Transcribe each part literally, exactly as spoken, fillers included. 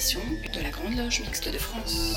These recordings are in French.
émission de la Grande Loge Mixte de France.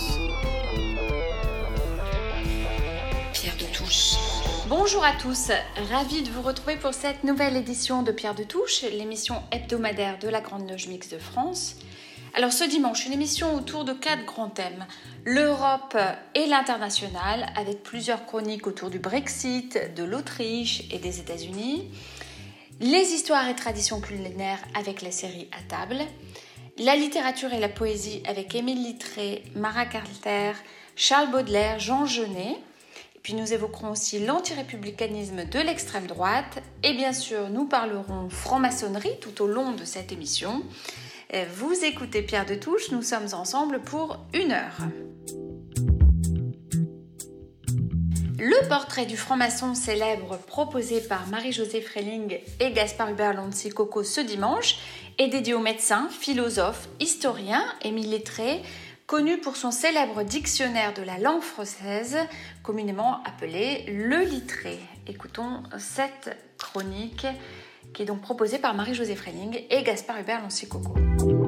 Pierre de Touche. Bonjour à tous, ravi de vous retrouver pour cette nouvelle édition de Pierre de Touche, l'émission hebdomadaire de la Grande Loge Mixte de France. Alors ce dimanche, une émission autour de quatre grands thèmes. L'Europe et l'international, avec plusieurs chroniques autour du Brexit, de l'Autriche et des États-Unis. Les histoires et traditions culinaires avec la série À table. La littérature et la poésie avec Émile Littré, Mara Carter, Charles Baudelaire, Jean Genet. Et puis nous évoquerons aussi l'antirépublicanisme de l'extrême droite. Et bien sûr, nous parlerons franc-maçonnerie tout au long de cette émission. Vous écoutez Pierre de Touche, nous sommes ensemble pour une heure. Le portrait du franc-maçon célèbre proposé par Marie-Josée Freling et Gaspard Hubert Lonzi-Coco ce dimanche est dédié au médecin, philosophe, historien Émile Littré, connu pour son célèbre dictionnaire de la langue française, communément appelé le Littré. Écoutons cette chronique qui est donc proposée par Marie-Josée Freling et Gaspard Hubert Lonzi-Coco.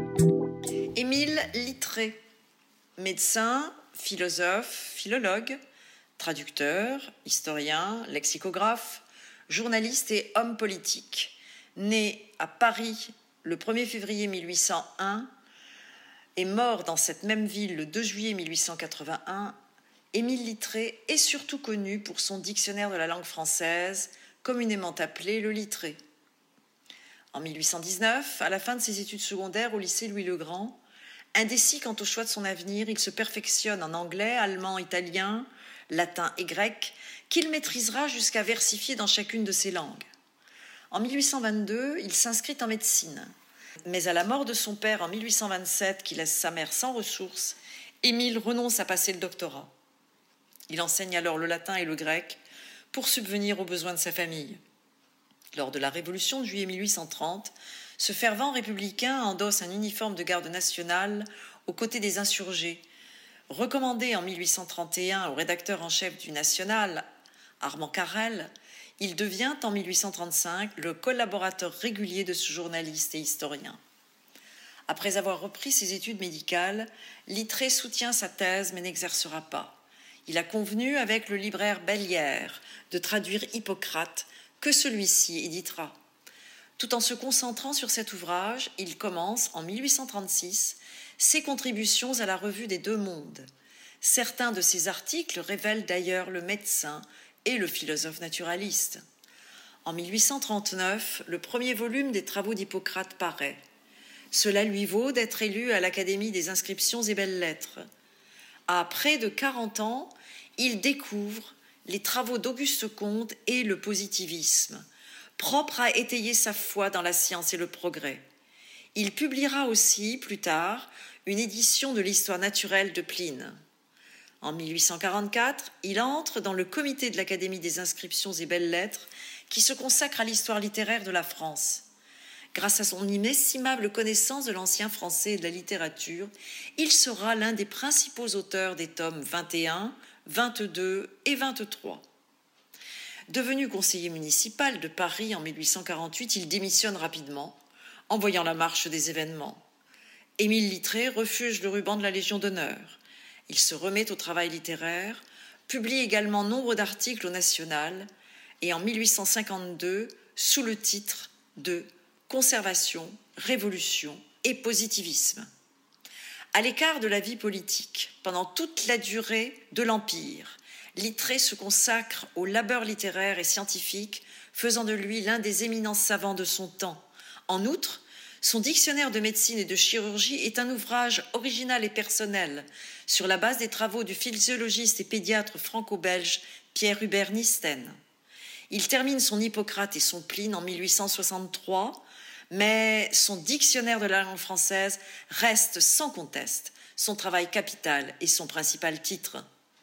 Émile Littré, médecin, philosophe, philologue, traducteur, historien, lexicographe, journaliste et homme politique. Né à Paris le premier février mille huit cent un et mort dans cette même ville le deux juillet mille huit cent quatre-vingt-un, Émile Littré est surtout connu pour son dictionnaire de la langue française, communément appelé le Littré. En mille huit cent dix-neuf, à la fin de ses études secondaires au lycée Louis-le-Grand, indécis quant au choix de son avenir, il se perfectionne en anglais, allemand, italien, latin et grec, qu'il maîtrisera jusqu'à versifier dans chacune de ces langues. En mille huit cent vingt-deux, il s'inscrit en médecine. Mais à la mort de son père en mille huit cent vingt-sept, qui laisse sa mère sans ressources, Émile renonce à passer le doctorat. Il enseigne alors le latin et le grec pour subvenir aux besoins de sa famille. Lors de la Révolution de juillet mille huit cent trente, ce fervent républicain endosse un uniforme de garde nationale aux côtés des insurgés. Recommandé en mille huit cent trente et un au rédacteur en chef du National, Armand Carrel, il devient en mille huit cent trente-cinq le collaborateur régulier de ce journaliste et historien. Après avoir repris ses études médicales, Littré soutient sa thèse mais n'exercera pas. Il a convenu avec le libraire Bellière de traduire Hippocrate, que celui-ci éditera. Tout en se concentrant sur cet ouvrage, il commence, en mille huit cent trente-six, ses contributions à la revue des Deux Mondes. Certains de ses articles révèlent d'ailleurs le médecin et le philosophe naturaliste. En mille huit cent trente-neuf, le premier volume des travaux d'Hippocrate paraît. Cela lui vaut d'être élu à l'Académie des inscriptions et belles-lettres. À près de quarante ans, il découvre les travaux d'Auguste Comte et le positivisme, propres à étayer sa foi dans la science et le progrès. Il publiera aussi, plus tard, une édition de l'histoire naturelle de Pline. En mille huit cent quarante-quatre, il entre dans le comité de l'Académie des inscriptions et belles-lettres qui se consacre à l'histoire littéraire de la France. Grâce à son inestimable connaissance de l'ancien français et de la littérature, il sera l'un des principaux auteurs des tomes vingt et un, vingt-deux et vingt-trois. Devenu conseiller municipal de Paris en mille huit cent quarante-huit, il démissionne rapidement, en voyant la marche des événements. Émile Littré refuse le ruban de la Légion d'honneur. Il se remet au travail littéraire, publie également nombre d'articles au National, et en mille huit cent cinquante-deux, sous le titre de « Conservation, Révolution et Positivisme ». À l'écart de la vie politique, pendant toute la durée de l'Empire, Littré se consacre au labeur littéraire et scientifique, faisant de lui l'un des éminents savants de son temps. En outre, son dictionnaire de médecine et de chirurgie est un ouvrage original et personnel, sur la base des travaux du physiologiste et pédiatre franco-belge Pierre Hubert Nisten. Il termine son Hippocrate et son Pline en mille huit cent soixante-trois, mais son dictionnaire de la langue française reste sans conteste son travail capital et son principal titre.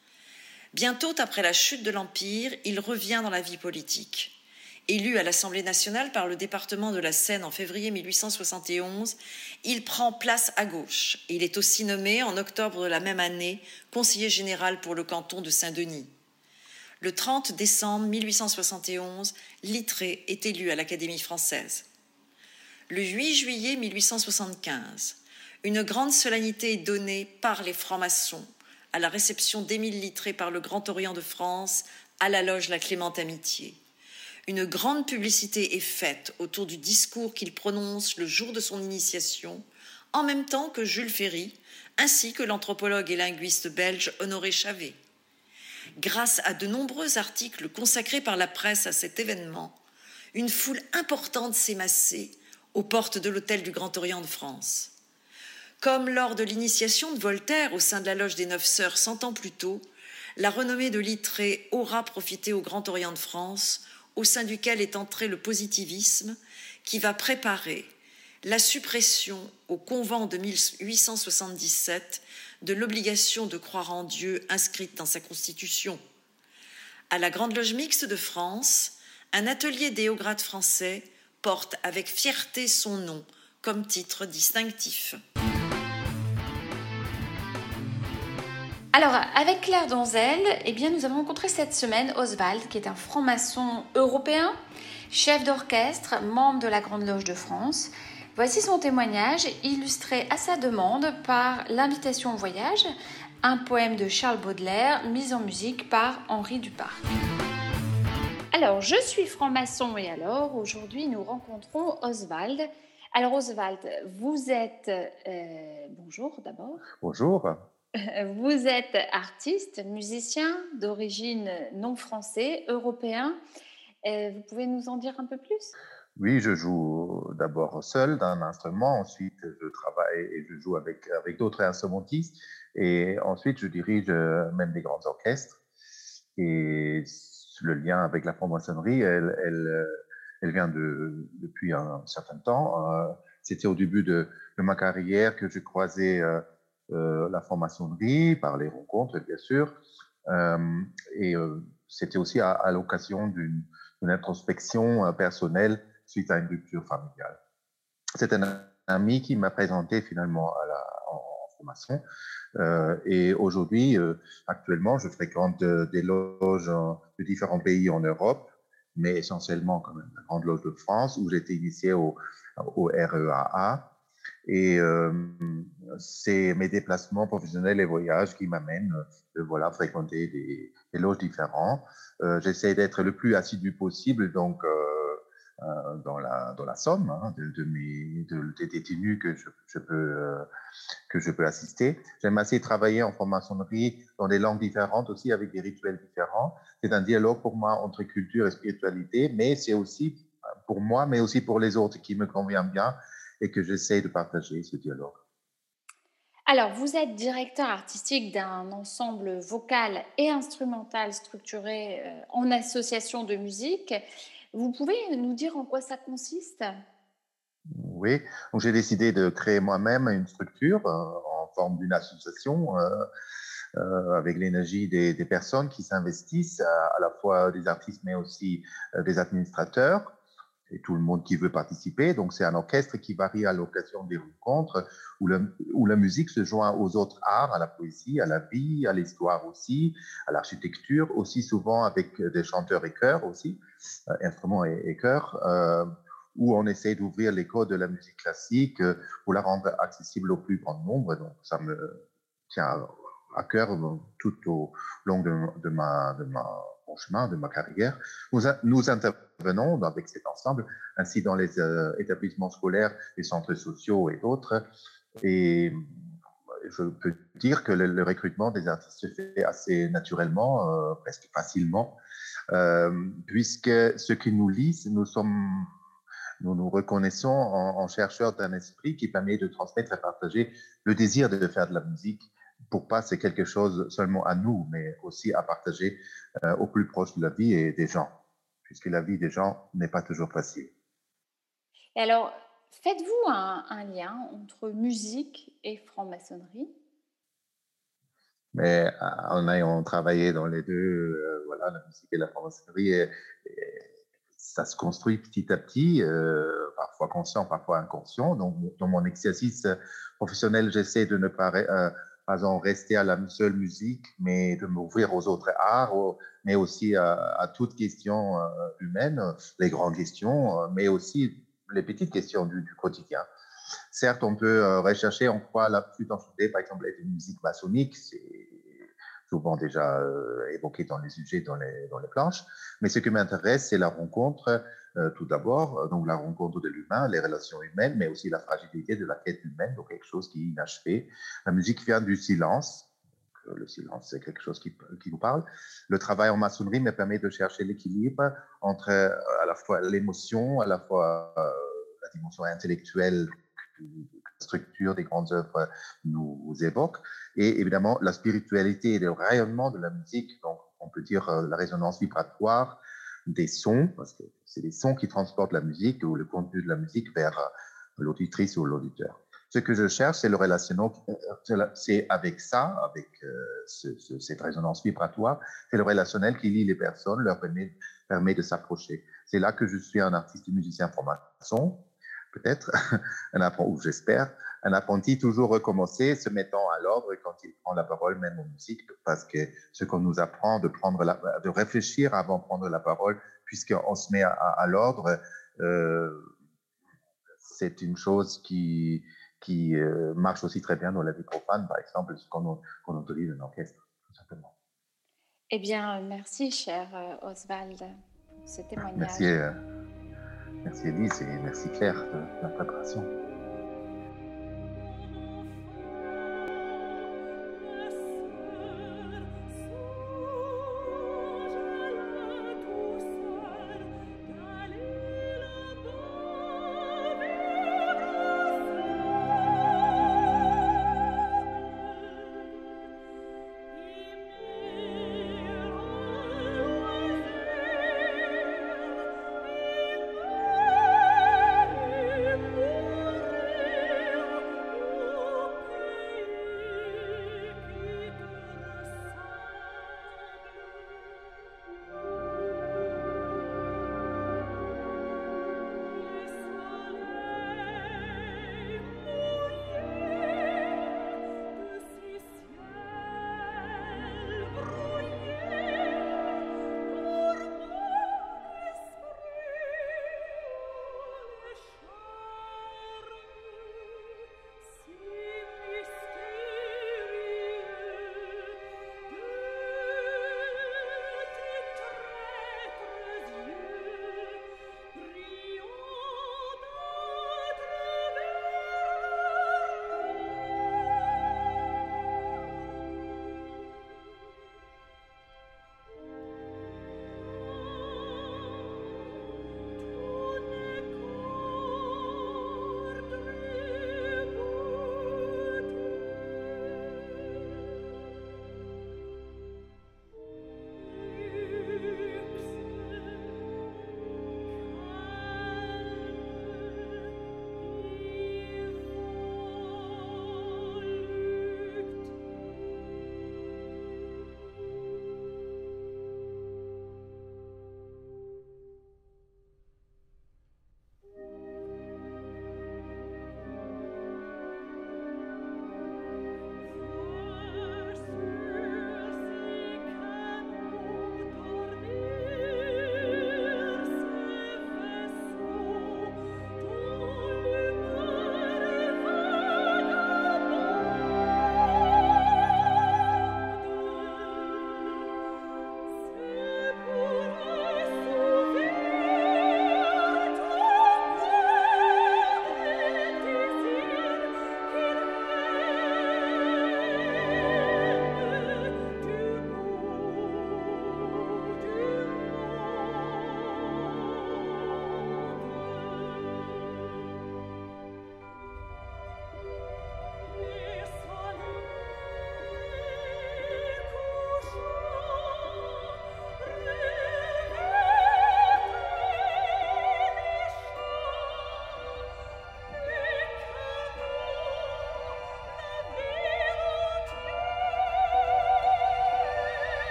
Bientôt après la chute de l'Empire, il revient dans la vie politique. Élu à l'Assemblée nationale par le département de la Seine en février mille huit cent soixante et onze, il prend place à gauche. Il est aussi nommé, en octobre de la même année, conseiller général pour le canton de Saint-Denis. Le trente décembre mille huit cent soixante et onze, Littré est élu à l'Académie française. Le huit juillet mille huit cent soixante-quinze, une grande solennité est donnée par les francs-maçons à la réception d'Émile Littré par le Grand Orient de France à la loge La Clémente Amitié. Une grande publicité est faite autour du discours qu'il prononce le jour de son initiation, en même temps que Jules Ferry, ainsi que l'anthropologue et linguiste belge Honoré Chavet. Grâce à de nombreux articles consacrés par la presse à cet événement, une foule importante s'est massée aux portes de l'hôtel du Grand Orient de France. Comme lors de l'initiation de Voltaire au sein de la loge des Neuf Sœurs cent ans plus tôt, la renommée de Littré aura profité au Grand Orient de France, au sein duquel est entré le positivisme, qui va préparer la suppression au convent de mille huit cent soixante-dix-sept de l'obligation de croire en Dieu inscrite dans sa constitution. À la Grande Loge Mixte de France, un atelier déograde français porte avec fierté son nom comme titre distinctif. Alors, avec Claire Donzel, eh bien, nous avons rencontré cette semaine Oswald, qui est un franc-maçon européen, chef d'orchestre, membre de la Grande Loge de France. Voici son témoignage, illustré à sa demande par l'invitation au voyage, un poème de Charles Baudelaire, mis en musique par Henri Duparc. Alors, je suis franc-maçon et alors, aujourd'hui, nous rencontrons Oswald. Alors, Oswald, vous êtes... Euh, bonjour d'abord. Bonjour. Vous êtes artiste, musicien d'origine non français, européen. Euh, vous pouvez nous en dire un peu plus ? Oui, je joue d'abord seul d'un instrument, ensuite je travaille et je joue avec, avec d'autres instrumentistes et ensuite je dirige même des grands orchestres. Et le lien avec la franc-maçonnerie, elle, elle, elle vient de, depuis un certain temps. C'était au début de, de ma carrière que je croisais Euh, la franc-maçonnerie, par les rencontres, bien sûr. Euh, et euh, c'était aussi à, à l'occasion d'une, d'une introspection euh, personnelle suite à une rupture familiale. C'est un ami qui m'a présenté finalement à la, en, en franc-maçon. Euh, et aujourd'hui, euh, actuellement, je fréquente euh, des loges de différents pays en Europe, mais essentiellement quand même la Grande Loge de France, où j'ai été initié au, au R E A A. Et euh, c'est mes déplacements professionnels et voyages qui m'amènent de voilà, fréquenter des, des loges différents. Euh, j'essaie d'être le plus assidu possible donc, euh, euh, dans, la, dans la somme hein, de, de mes, de, des détenus que je, je peux, euh, que je peux assister. J'aime assez travailler en franc-maçonnerie dans des langues différentes aussi, avec des rituels différents. C'est un dialogue pour moi entre culture et spiritualité, mais c'est aussi pour moi, mais aussi pour les autres qui me convient bien et que j'essaie de partager ce dialogue. Alors, vous êtes directeur artistique d'un ensemble vocal et instrumental structuré euh, en association de musique. Vous pouvez nous dire en quoi ça consiste ? Oui, donc j'ai décidé de créer moi-même une structure euh, en forme d'une association euh, euh, avec l'énergie des, des personnes qui s'investissent, à, à la fois des artistes mais aussi euh, des administrateurs. Et tout le monde qui veut participer. Donc, c'est un orchestre qui varie à l'occasion des rencontres où, le, où la musique se joint aux autres arts, à la poésie, à la vie, à l'histoire aussi, à l'architecture, aussi souvent avec des chanteurs et chœurs aussi, euh, instruments et, et chœurs, euh, où on essaie d'ouvrir les codes de la musique classique euh, pour la rendre accessible au plus grand nombre. Donc, ça me tient à cœur tout au long de, de ma... De ma mon chemin de ma carrière. Nous, nous intervenons avec cet ensemble, ainsi dans les euh, établissements scolaires, les centres sociaux et d'autres. Et je peux dire que le, le recrutement des artistes se fait assez naturellement, euh, presque facilement, euh, puisque ceux qui nous lisent, nous sommes... Nous nous reconnaissons en, en chercheurs d'un esprit qui permet de transmettre et partager le désir de faire de la musique. Pour pas, c'est quelque chose seulement à nous, mais aussi à partager euh, au plus proche de la vie et des gens, puisque la vie des gens n'est pas toujours facile. Et alors, faites-vous un, un lien entre musique et franc-maçonnerie ? Mais en ayant travaillé dans les deux, euh, voilà, la musique et la franc-maçonnerie, et, et ça se construit petit à petit, euh, parfois conscient, parfois inconscient. Donc, dans mon exercice professionnel, j'essaie de ne pas... Euh, pas en rester à la seule musique, mais de m'ouvrir aux autres arts, mais aussi à, à toutes questions humaines, les grandes questions, mais aussi les petites questions du, du quotidien. Certes, on peut euh, rechercher en quoi la flûte enchantée, par exemple, est une musique maçonnique, c'est souvent déjà euh, évoqué dans les sujets, dans les, dans les planches, mais ce qui m'intéresse, c'est la rencontre, euh, tout d'abord, donc la rencontre de l'humain, les relations humaines, mais aussi la fragilité de la quête humaine, donc quelque chose qui est inachevé. La musique vient du silence. Le silence, c'est quelque chose qui, qui vous parle. Le travail en maçonnerie me permet de chercher l'équilibre entre euh, à la fois l'émotion, à la fois euh, la dimension intellectuelle que la structure des grandes œuvres nous évoque, et évidemment la spiritualité et le rayonnement de la musique. Donc, on peut dire euh, la résonance vibratoire des sons, parce que c'est les sons qui transportent la musique ou le contenu de la musique vers euh, l'auditrice ou l'auditeur. Ce que je cherche, c'est le relationnel, c'est avec ça, avec euh, ce, ce, cette résonance vibratoire, c'est le relationnel qui lie les personnes, leur permet, permet de s'approcher. C'est là que je suis un artiste musicien franc-maçon, peut-être, un apprenti, ou j'espère, un apprenti toujours recommencer, se mettant à l'ordre quand il prend la parole, même en musique, parce que ce qu'on nous apprend de prendre la, de réfléchir avant de prendre la parole, puisqu'on se met à, à l'ordre, euh, c'est une chose qui qui euh, marche aussi très bien dans la vie profane, par exemple, quand on, quand on utilise un orchestre, tout simplement. Eh bien, merci, cher euh, Oswald, pour ce témoignage. Merci, euh, merci Élise et merci Claire de, de la préparation.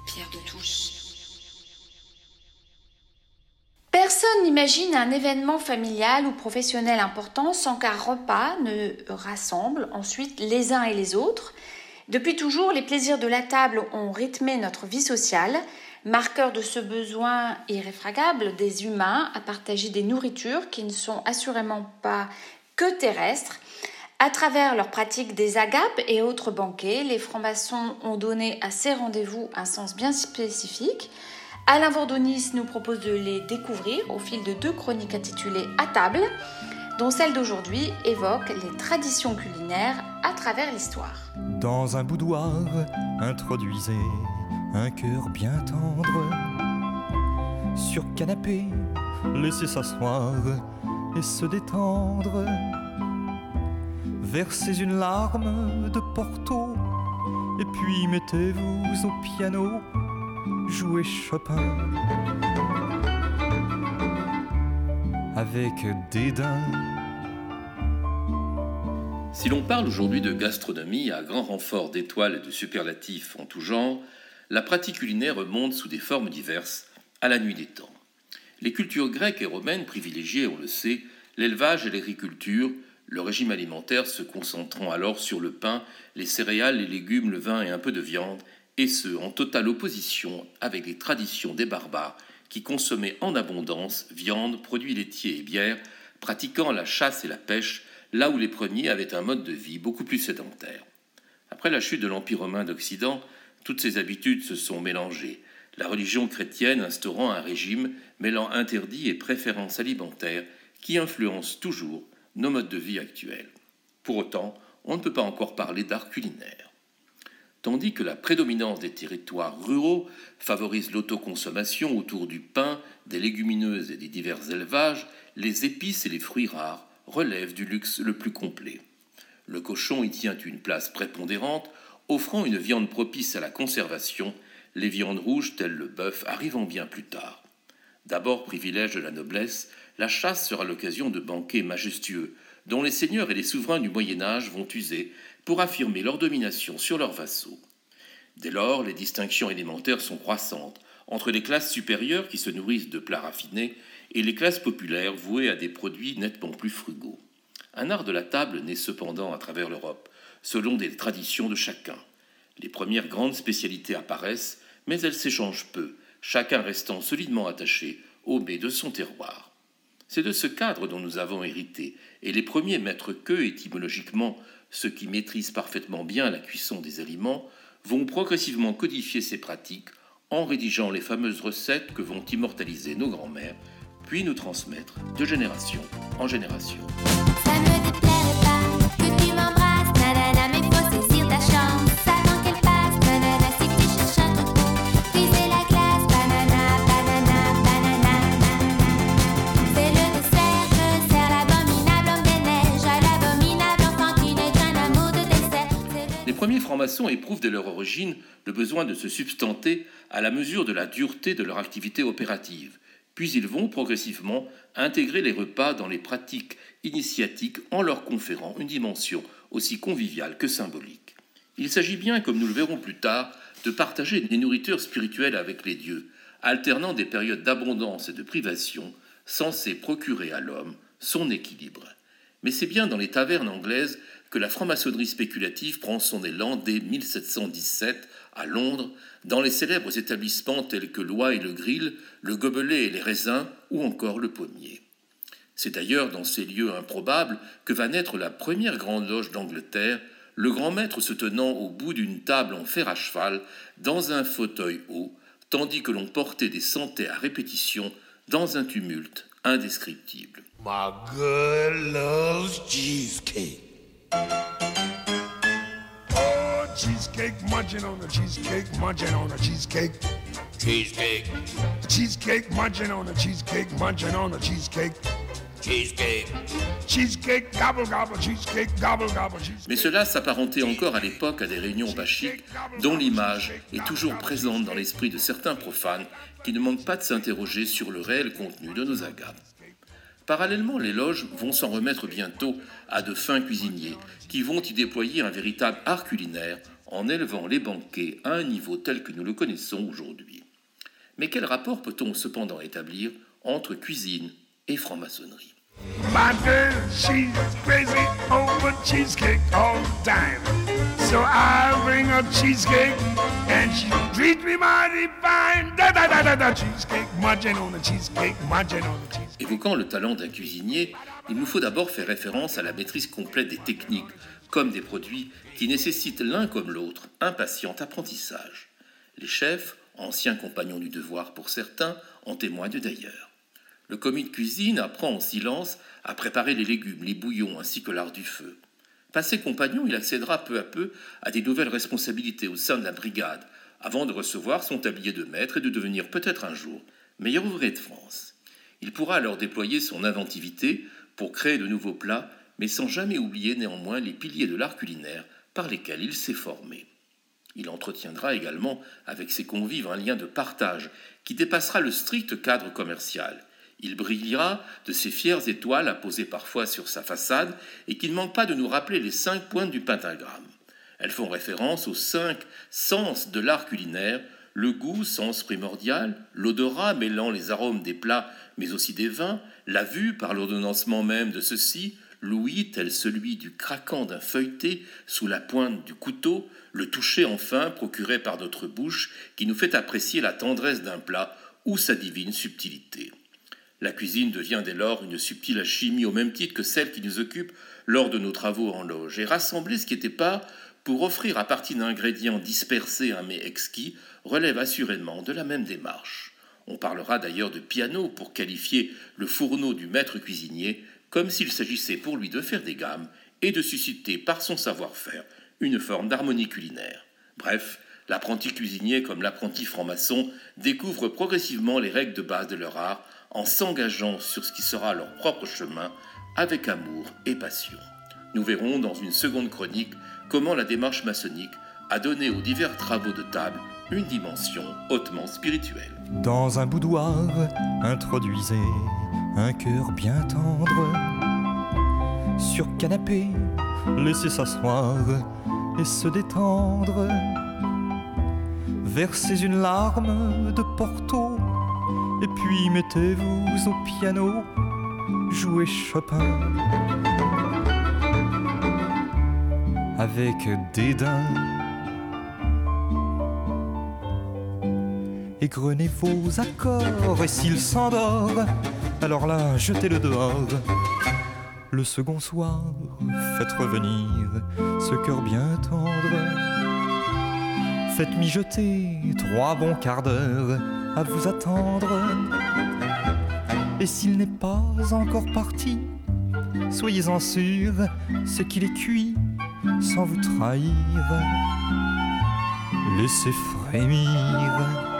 Pierre de Touche. Personne n'imagine un événement familial ou professionnel important sans qu'un repas ne rassemble ensuite les uns et les autres. Depuis toujours, les plaisirs de la table ont rythmé notre vie sociale, marqueur de ce besoin irréfragable des humains à partager des nourritures qui ne sont assurément pas que terrestres. À travers leur pratique des agapes et autres banquets, les francs-maçons ont donné à ces rendez-vous un sens bien spécifique. Alain Vordonis nous propose de les découvrir au fil de deux chroniques intitulées « À table », dont celle d'aujourd'hui évoque les traditions culinaires à travers l'histoire. Dans un boudoir, introduisez un cœur bien tendre. Sur canapé, laissez s'asseoir et se détendre. Versez une larme de Porto et puis mettez-vous au piano, jouez Chopin avec dédain. Si l'on parle aujourd'hui de gastronomie à grand renfort d'étoiles et de superlatifs en tout genre, la pratique culinaire remonte sous des formes diverses à la nuit des temps. Les cultures grecques et romaines privilégiaient, on le sait, l'élevage et l'agriculture, le régime alimentaire se concentrant alors sur le pain, les céréales, les légumes, le vin et un peu de viande, et ce, en totale opposition avec les traditions des barbares qui consommaient en abondance viande, produits laitiers et bière, pratiquant la chasse et la pêche, là où les premiers avaient un mode de vie beaucoup plus sédentaire. Après la chute de l'Empire romain d'Occident, toutes ces habitudes se sont mélangées, la religion chrétienne instaurant un régime mêlant interdits et préférences alimentaires qui influencent toujours nos modes de vie actuels. Pour autant, on ne peut pas encore parler d'art culinaire. Tandis que la prédominance des territoires ruraux favorise l'autoconsommation autour du pain, des légumineuses et des divers élevages, les épices et les fruits rares relèvent du luxe le plus complet. Le cochon y tient une place prépondérante, offrant une viande propice à la conservation, les viandes rouges telles le bœuf arrivant bien plus tard. D'abord privilège de la noblesse, la chasse sera l'occasion de banquets majestueux, dont les seigneurs et les souverains du Moyen-Âge vont user pour affirmer leur domination sur leurs vassaux. Dès lors, les distinctions élémentaires sont croissantes entre les classes supérieures qui se nourrissent de plats raffinés et les classes populaires vouées à des produits nettement plus frugaux. Un art de la table naît cependant à travers l'Europe, selon des traditions de chacun. Les premières grandes spécialités apparaissent, mais elles s'échangent peu, chacun restant solidement attaché au mets de son terroir. C'est de ce cadre dont nous avons hérité, et les premiers maîtres queux, étymologiquement ceux qui maîtrisent parfaitement bien la cuisson des aliments, vont progressivement codifier ces pratiques en rédigeant les fameuses recettes que vont immortaliser nos grands-mères, puis nous transmettre de génération en génération. Ça me déplairait pas que tu m'embrasses, nanana, mais faut saisir ta chance avant qu'elle passe, nanana, si tu cherches un truc pour briser la glace, banana, banana, banana, c'est le dessert que sert l'abominable homme des neiges, à l'abominable enfant qui n'est qu'un amour de dessert. Les premiers francs-maçons éprouvent dès leur origine le besoin de se substanter à la mesure de la dureté de leur activité opérative. Puis ils vont progressivement intégrer les repas dans les pratiques initiatiques en leur conférant une dimension aussi conviviale que symbolique. Il s'agit bien, comme nous le verrons plus tard, de partager des nourritures spirituelles avec les dieux, alternant des périodes d'abondance et de privation, censées procurer à l'homme son équilibre. Mais c'est bien dans les tavernes anglaises que la franc-maçonnerie spéculative prend son élan dès mille sept cent dix-sept à Londres, dans les célèbres établissements tels que l'Oie et le Grill, le Gobelet et les Raisins, ou encore le Pommier. C'est d'ailleurs dans ces lieux improbables que va naître la première grande loge d'Angleterre, le grand maître se tenant au bout d'une table en fer à cheval, dans un fauteuil haut, tandis que l'on portait des santets à répétition dans un tumulte indescriptible. My girl loves cheesecake. Oh, cheesecake, munching on the cheesecake, munching on the cheesecake. Cheesecake. Cheesecake, munching on the cheesecake, munching on the cheesecake. Cheesecake. Cheesecake, gobble gobble, cheesecake, gobble gobble, cheesecake. Mais cela s'apparentait encore à l'époque à des réunions bachiques dont l'image est toujours présente dans l'esprit de certains profanes qui ne manquent pas de s'interroger sur le réel contenu de nos agapes. Parallèlement, les loges vont s'en remettre bientôt à de fins cuisiniers qui vont y déployer un véritable art culinaire en élevant les banquets à un niveau tel que nous le connaissons aujourd'hui. Mais quel rapport peut-on cependant établir entre cuisine et franc-maçonnerie ? My girl, she's crazy over cheesecake all the time. So I bring her cheesecake and she treats me mighty fine. Da da da da da. Cheesecake, munching on the cheesecake, munching on the cheesecake. Évoquant le talent d'un cuisinier, il nous faut d'abord faire référence à la maîtrise complète des techniques, comme des produits qui nécessitent l'un comme l'autre un patient apprentissage. Les chefs, anciens compagnons du devoir pour certains, en témoignent d'ailleurs. Le commis de cuisine apprend en silence à préparer les légumes, les bouillons ainsi que l'art du feu. Passé compagnon, il accédera peu à peu à des nouvelles responsabilités au sein de la brigade, avant de recevoir son tablier de maître et de devenir peut-être un jour meilleur ouvrier de France. Il pourra alors déployer son inventivité pour créer de nouveaux plats, mais sans jamais oublier néanmoins les piliers de l'art culinaire par lesquels il s'est formé. Il entretiendra également avec ses convives un lien de partage qui dépassera le strict cadre commercial. Il brillera de ces fières étoiles apposées parfois sur sa façade et qui ne manquent pas de nous rappeler les cinq pointes du pentagramme. Elles font référence aux cinq sens de l'art culinaire, le goût, sens primordial, l'odorat mêlant les arômes des plats mais aussi des vins, la vue par l'ordonnancement même de ceux-ci, l'ouïe tel celui du craquant d'un feuilleté sous la pointe du couteau, le toucher enfin procuré par notre bouche qui nous fait apprécier la tendresse d'un plat ou sa divine subtilité. La cuisine devient dès lors une subtile alchimie au même titre que celle qui nous occupe lors de nos travaux en loge. Et rassembler ce qui était pas pour offrir à partir d'ingrédients dispersés un mets exquis relève assurément de la même démarche. On parlera d'ailleurs de piano pour qualifier le fourneau du maître cuisinier, comme s'il s'agissait pour lui de faire des gammes et de susciter par son savoir-faire une forme d'harmonie culinaire. Bref, l'apprenti cuisinier comme l'apprenti franc-maçon découvre progressivement les règles de base de leur art en s'engageant sur ce qui sera leur propre chemin avec amour et passion. Nous verrons dans une seconde chronique comment la démarche maçonnique a donné aux divers travaux de table une dimension hautement spirituelle. Dans un boudoir, introduisez un cœur bien tendre. Sur canapé, laissez s'asseoir et se détendre. Versez une larme de Porto et puis mettez-vous au piano, jouez Chopin avec dédain. Égrenez vos accords et s'il s'endort, alors là, jetez-le dehors. Le second soir, faites revenir ce cœur bien tendre. Faites mijoter trois bons quarts d'heure à vous attendre. Et s'il n'est pas encore parti, soyez-en sûr, c'est qu'il est cuit sans vous trahir. Laissez frémir.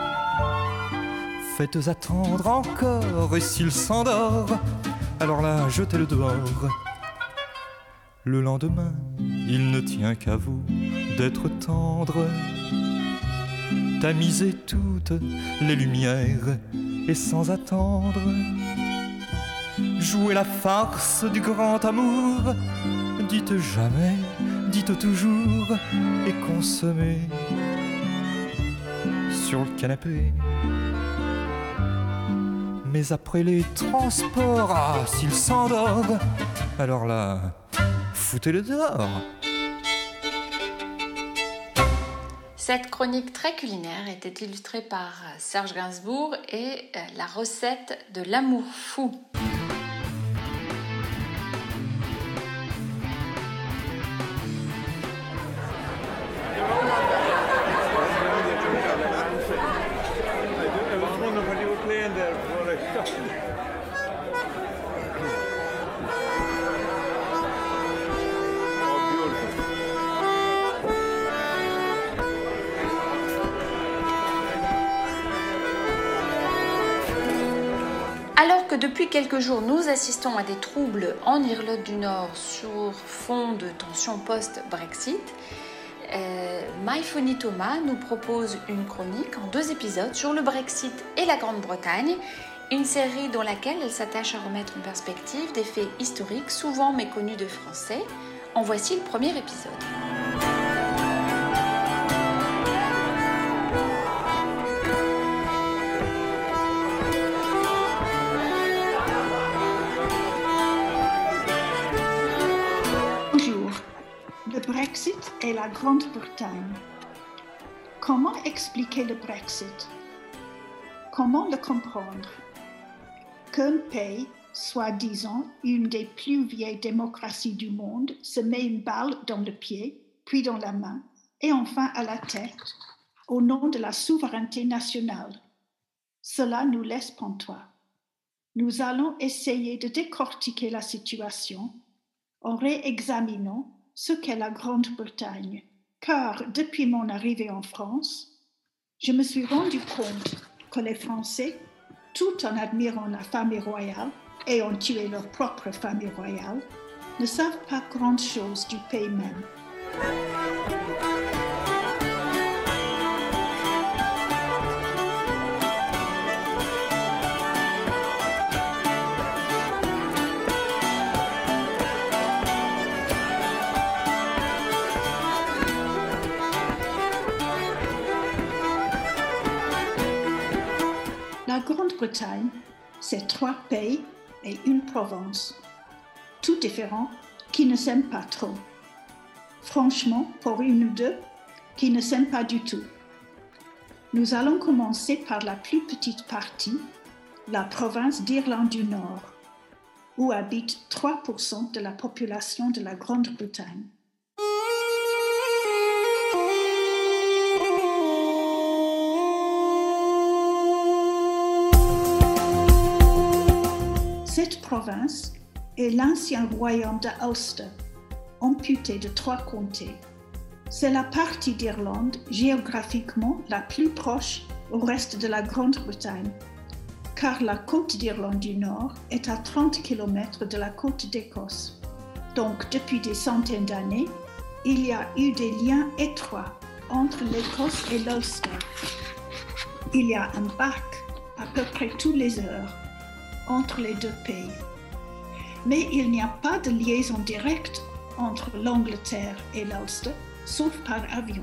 Faites attendre encore, et s'il s'endort, alors là, jetez-le dehors. Le lendemain, il ne tient qu'à vous d'être tendre. Tamisez toutes les lumières et sans attendre, jouez la farce du grand amour. Dites jamais, dites toujours et consommez sur le canapé. Mais après les transports, ah, s'il s'endort, alors là, foutez-le dehors. Cette chronique très culinaire était illustrée par Serge Gainsbourg et la recette de l'amour fou. Alors que depuis quelques jours, nous assistons à des troubles en Irlande du Nord sur fond de tensions post-Brexit, euh, MyFunny Thomas nous propose une chronique en deux épisodes sur le Brexit et la Grande-Bretagne, une série dans laquelle elle s'attache à remettre en perspective des faits historiques souvent méconnus des Français. En voici le premier épisode. et la Grande-Bretagne. Comment expliquer le Brexit? Comment le comprendre? Qu'un pays, soi-disant une des plus vieilles démocraties du monde, se met une balle dans le pied, puis dans la main, et enfin à la tête, au nom de la souveraineté nationale. Cela nous laisse pantois. Nous allons essayer de décortiquer la situation en réexaminant ce qu'est la Grande-Bretagne, car depuis mon arrivée en France, je me suis rendu compte que les Français, tout en admirant la famille royale et ont tué leur propre famille royale, ne savent pas grand-chose du pays même. La Grande-Bretagne, c'est trois pays et une province, tout différents, qui ne s'aiment pas trop. Franchement, pour une ou deux, qui ne s'aiment pas du tout. Nous allons commencer par la plus petite partie, la province d'Irlande du Nord, où habite trois pour cent de la population de la Grande-Bretagne. Cette province est l'ancien royaume de Ulster, amputé de trois comtés. C'est la partie d'Irlande géographiquement la plus proche au reste de la Grande-Bretagne, car la côte d'Irlande du Nord est à trente kilomètres de la côte d'Écosse. Donc, depuis des centaines d'années, il y a eu des liens étroits entre l'Écosse et l'Ulster. Il y a un bac à peu près tous les heures entre les deux pays. Mais il n'y a pas de liaison directe entre l'Angleterre et l'Ulster, sauf par avion.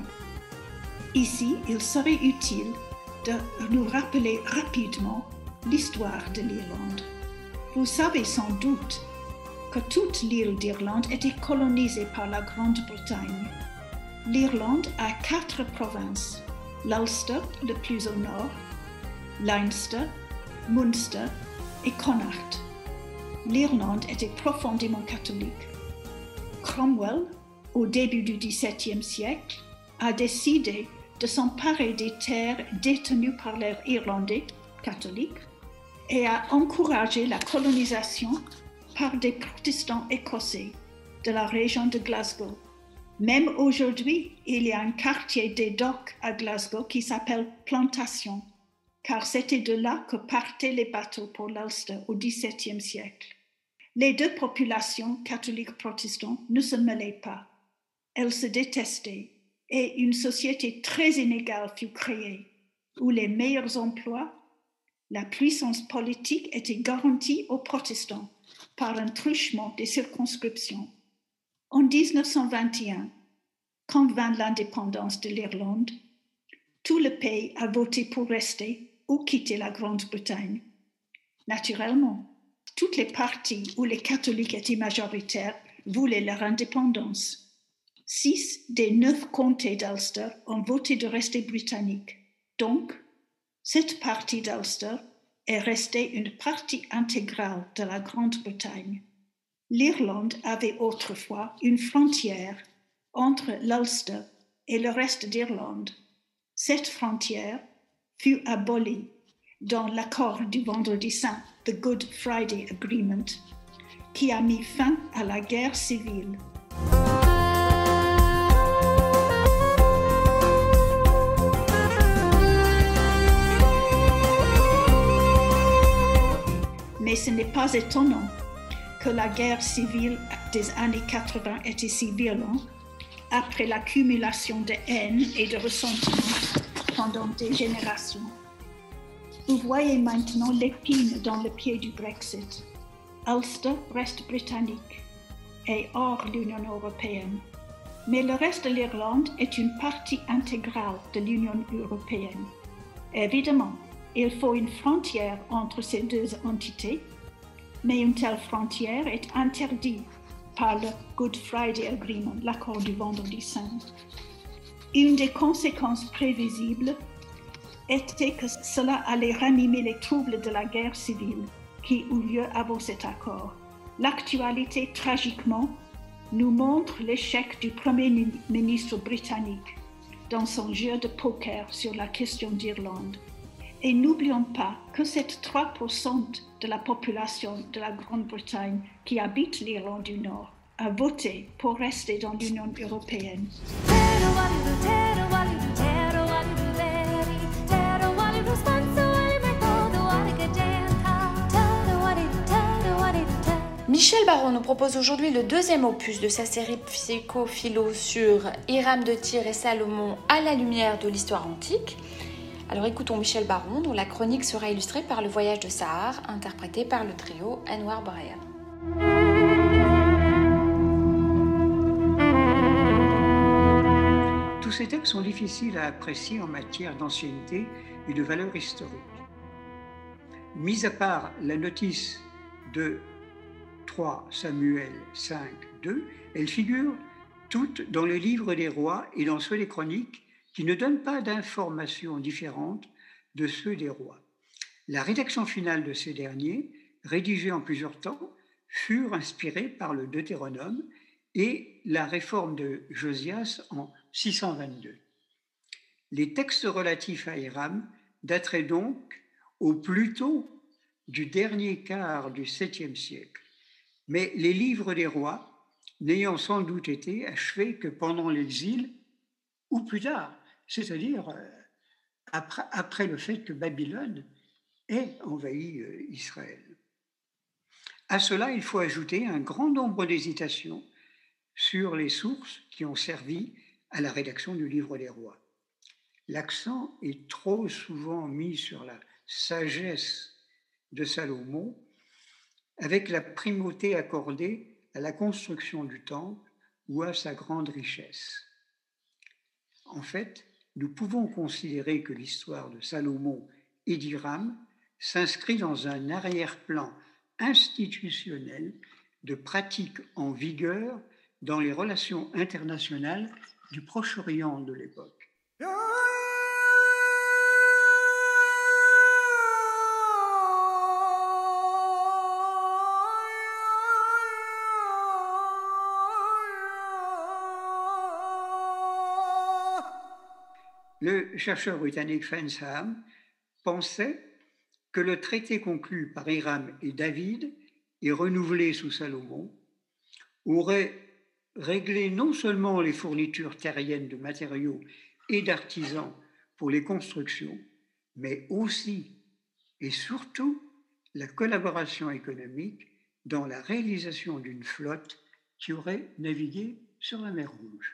Ici, il serait utile de nous rappeler rapidement l'histoire de l'Irlande. Vous savez sans doute que toute l'île d'Irlande était colonisée par la Grande-Bretagne. L'Irlande a quatre provinces, l'Ulster le plus au nord, Leinster, Munster et Connacht. L'Irlande était profondément catholique. Cromwell, au début du dix-septième siècle, a décidé de s'emparer des terres détenues par les Irlandais catholiques et a encouragé la colonisation par des protestants écossais de la région de Glasgow. Même aujourd'hui, il y a un quartier des docks à Glasgow qui s'appelle Plantation, car c'était de là que partaient les bateaux pour l'Ulster au dix-septième siècle. Les deux populations catholiques protestantes ne se mêlaient pas. Elles se détestaient et une société très inégale fut créée, où les meilleurs emplois, la puissance politique était garantie aux protestants par un truchement des circonscriptions. En dix-neuf cent vingt et un, quand vint l'indépendance de l'Irlande, tout le pays a voté pour rester ou quitter la Grande-Bretagne. Naturellement, toutes les parties où les catholiques étaient majoritaires voulaient leur indépendance. Six des neuf comtés d'Ulster ont voté de rester britanniques. Donc, cette partie d'Ulster est restée une partie intégrale de la Grande-Bretagne. L'Irlande avait autrefois une frontière entre l'Ulster et le reste d'Irlande. Cette frontière fut abolie dans l'accord du Vendredi Saint, the Good Friday Agreement, qui a mis fin à la guerre civile. Mais ce n'est pas étonnant que la guerre civile des années quatre-vingts était si violente après l'accumulation de haine et de ressentiment pendant des générations. Vous voyez maintenant l'épine dans le pied du Brexit. Ulster reste britannique et hors l'Union européenne. Mais le reste de l'Irlande est une partie intégrale de l'Union européenne. Évidemment, il faut une frontière entre ces deux entités, mais une telle frontière est interdite par le Good Friday Agreement, l'accord du Vendredi Saint. Une des conséquences prévisibles était que cela allait ranimer les troubles de la guerre civile qui eut lieu avant cet accord. L'actualité, tragiquement, nous montre l'échec du Premier ministre britannique dans son jeu de poker sur la question d'Irlande. Et n'oublions pas que c'est trois pour cent de la population de la Grande-Bretagne qui habite l'Irlande du Nord a voté pour rester dans l'Union européenne. Michel Baron nous propose aujourd'hui le deuxième opus de sa série psycho-philo sur Hiram de Tyr et Salomon à la lumière de l'histoire antique. Alors écoutons Michel Baron, dont la chronique sera illustrée par le voyage de Sahar, interprété par le trio Anwar Brahim. Tous ces textes sont difficiles à apprécier en matière d'ancienneté et de valeur historique. Mis à part la notice de trois Samuel cinq, deux, elles figurent toutes dans le livre des rois et dans ceux des chroniques qui ne donnent pas d'informations différentes de ceux des rois. La rédaction finale de ces derniers, rédigée en plusieurs temps, furent inspirés par le Deutéronome et la réforme de Josias en six cent vingt-deux. Les textes relatifs à Hiram dateraient donc au plus tôt du dernier quart du septième siècle. Mais les livres des rois n'ayant sans doute été achevés que pendant l'exil ou plus tard, c'est-à-dire après, après le fait que Babylone ait envahi Israël. À cela, il faut ajouter un grand nombre d'hésitations sur les sources qui ont servi à la rédaction du livre des rois. L'accent est trop souvent mis sur la sagesse de Salomon, avec la primauté accordée à la construction du temple ou à sa grande richesse. En fait, nous pouvons considérer que l'histoire de Salomon et d'Hiram s'inscrit dans un arrière-plan institutionnel de pratiques en vigueur dans les relations internationales du Proche-Orient de l'époque. Le chercheur britannique Fensham pensait que le traité conclu par Hiram et David et renouvelé sous Salomon aurait réglé non seulement les fournitures terriennes de matériaux et d'artisans pour les constructions, mais aussi et surtout la collaboration économique dans la réalisation d'une flotte qui aurait navigué sur la mer Rouge.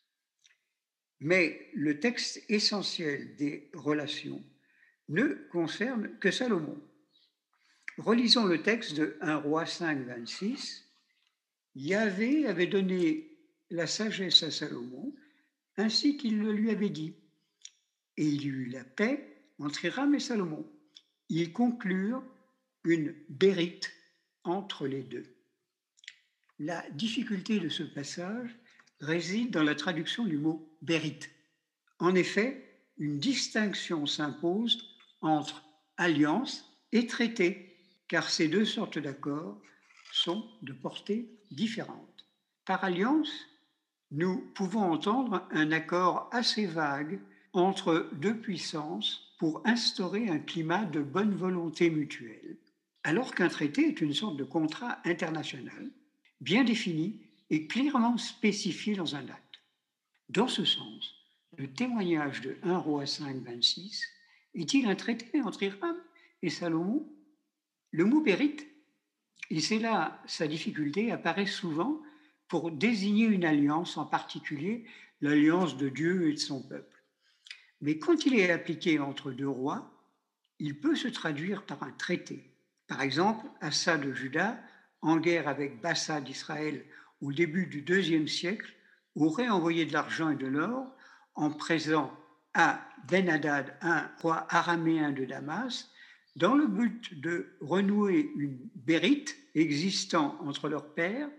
Mais le texte essentiel des relations ne concerne que Salomon. Relisons le texte de un roi cinq, vingt-six. Yahvé avait donné la sagesse à Salomon, ainsi qu'il le lui avait dit. Et il y eut la paix entre Hiram et Salomon. Ils conclurent une bérite entre les deux. La difficulté de ce passage réside dans la traduction du mot « bérite ». En effet, une distinction s'impose entre alliance et traité, car ces deux sortes d'accords sont de portée différente. Par alliance, nous pouvons entendre un accord assez vague entre deux puissances pour instaurer un climat de bonne volonté mutuelle, alors qu'un traité est une sorte de contrat international bien défini et clairement spécifié dans un acte. Dans ce sens, le témoignage de un roi cinq, vingt-six est-il un traité entre Hiram et Salomon? Le mot bérite, et c'est là sa difficulté, apparaît souvent pour désigner une alliance, en particulier l'alliance de Dieu et de son peuple. Mais quand il est appliqué entre deux rois, il peut se traduire par un traité. Par exemple, Assa de Juda, en guerre avec Bassa d'Israël au début du deuxième siècle, aurait envoyé de l'argent et de l'or en présent à Ben-Hadad, un roi araméen de Damas, dans le but de renouer une bérite existant entre leur père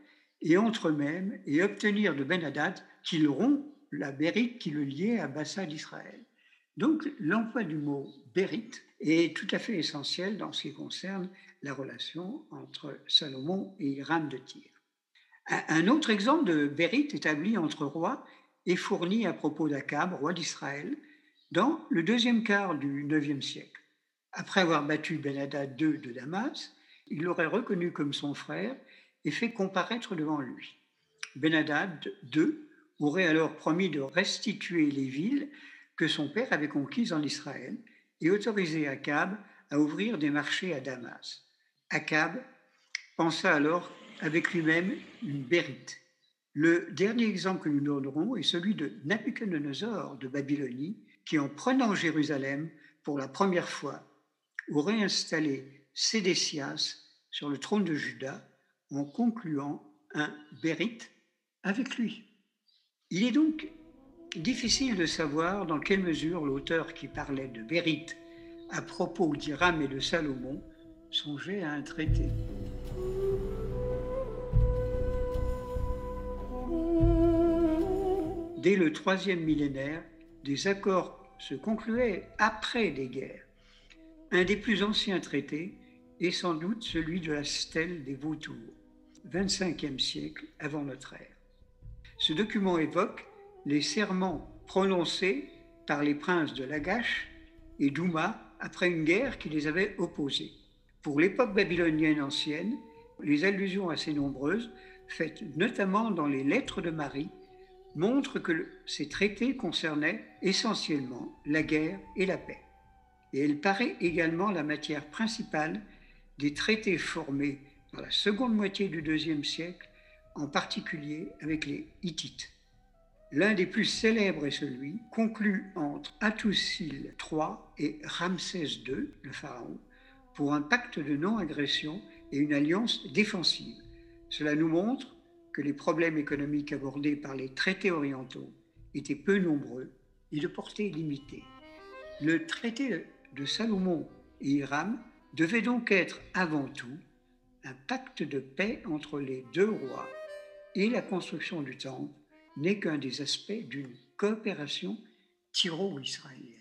et entre eux-mêmes et obtenir de Ben-Hadad qu'il rompt la bérite qui le liait à Bassa d'Israël. Donc l'emploi du mot bérite est tout à fait essentiel dans ce qui concerne la relation entre Salomon et Hiram de Tyr. Un autre exemple de bérite établi entre rois est fourni à propos d'Akab, roi d'Israël, dans le deuxième quart du neuvième siècle. Après avoir battu Ben-Hadad deux de Damas, il l'aurait reconnu comme son frère et fait comparaître devant lui. Ben-Hadad deux aurait alors promis de restituer les villes que son père avait conquises en Israël et autorisé Akab à ouvrir des marchés à Damas. Akab pensa alors avec lui-même une bérite. Le dernier exemple que nous donnerons est celui de Nabuchodonosor de Babylonie, qui en prenant Jérusalem pour la première fois aurait installé Sédécias sur le trône de Juda en concluant un bérite avec lui. Il est donc difficile de savoir dans quelle mesure l'auteur qui parlait de bérite à propos d'Hiram et de Salomon songeait à un traité. Dès le troisième millénaire, des accords se concluaient après des guerres. Un des plus anciens traités est sans doute celui de la stèle des Vautours, vingt-cinquième siècle avant notre ère. Ce document évoque les serments prononcés par les princes de Lagash et d'Ouma après une guerre qui les avait opposés. Pour l'époque babylonienne ancienne, les allusions assez nombreuses, faites notamment dans les lettres de Marie, montrent que ces traités concernaient essentiellement la guerre et la paix. Et elle paraît également la matière principale des traités formés dans la seconde moitié du deuxième siècle, en particulier avec les Hittites. L'un des plus célèbres est celui conclu entre Hattusil trois et Ramsès deux, le pharaon, pour un pacte de non-agression et une alliance défensive. Cela nous montre que les problèmes économiques abordés par les traités orientaux étaient peu nombreux et de portée limitée. Le traité de Salomon et Hiram devait donc être avant tout un pacte de paix entre les deux rois, et la construction du temple n'est qu'un des aspects d'une coopération tyro-israélienne.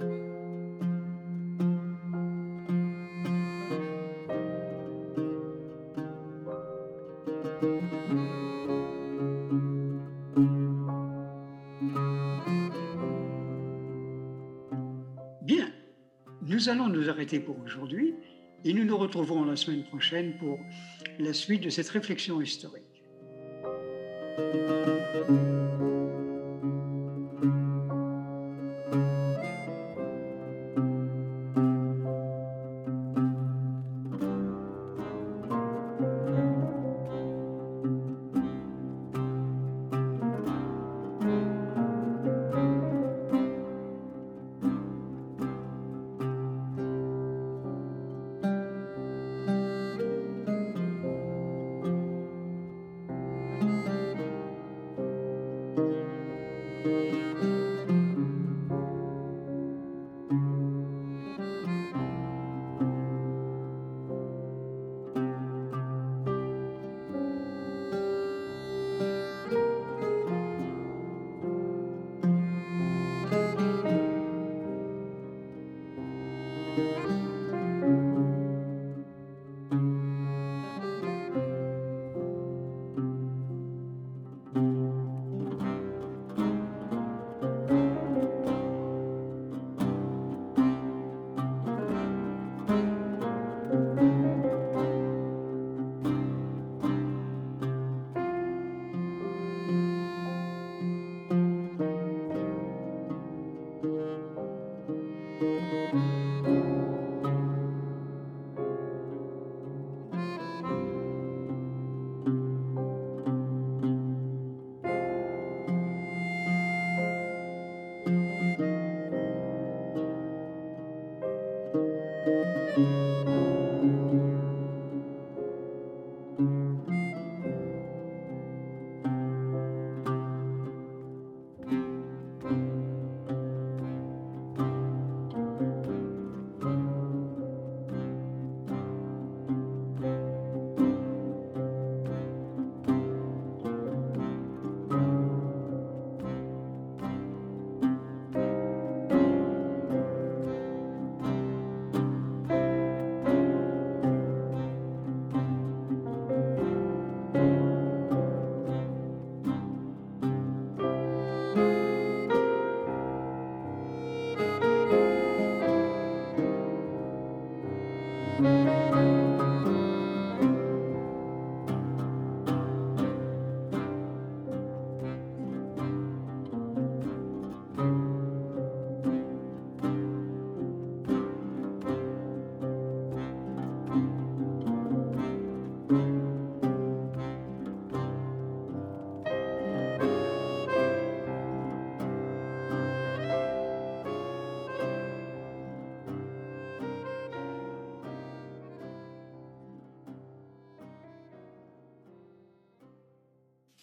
Bien, nous allons nous arrêter pour aujourd'hui et nous nous retrouverons la semaine prochaine pour la suite de cette réflexion historique.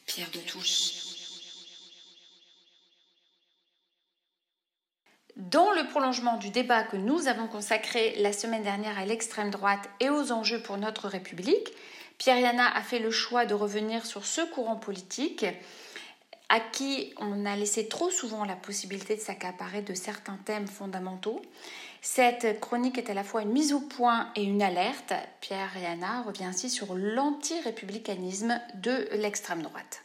Pierre de Touche. Dans le prolongement du débat que nous avons consacré la semaine dernière à l'extrême droite et aux enjeux pour notre République, Pierre Yana a fait le choix de revenir sur ce courant politique à qui on a laissé trop souvent la possibilité de s'accaparer de certains thèmes fondamentaux. Cette chronique est à la fois une mise au point et une alerte. Pierre Yana revient ainsi sur l'anti-républicanisme de l'extrême droite.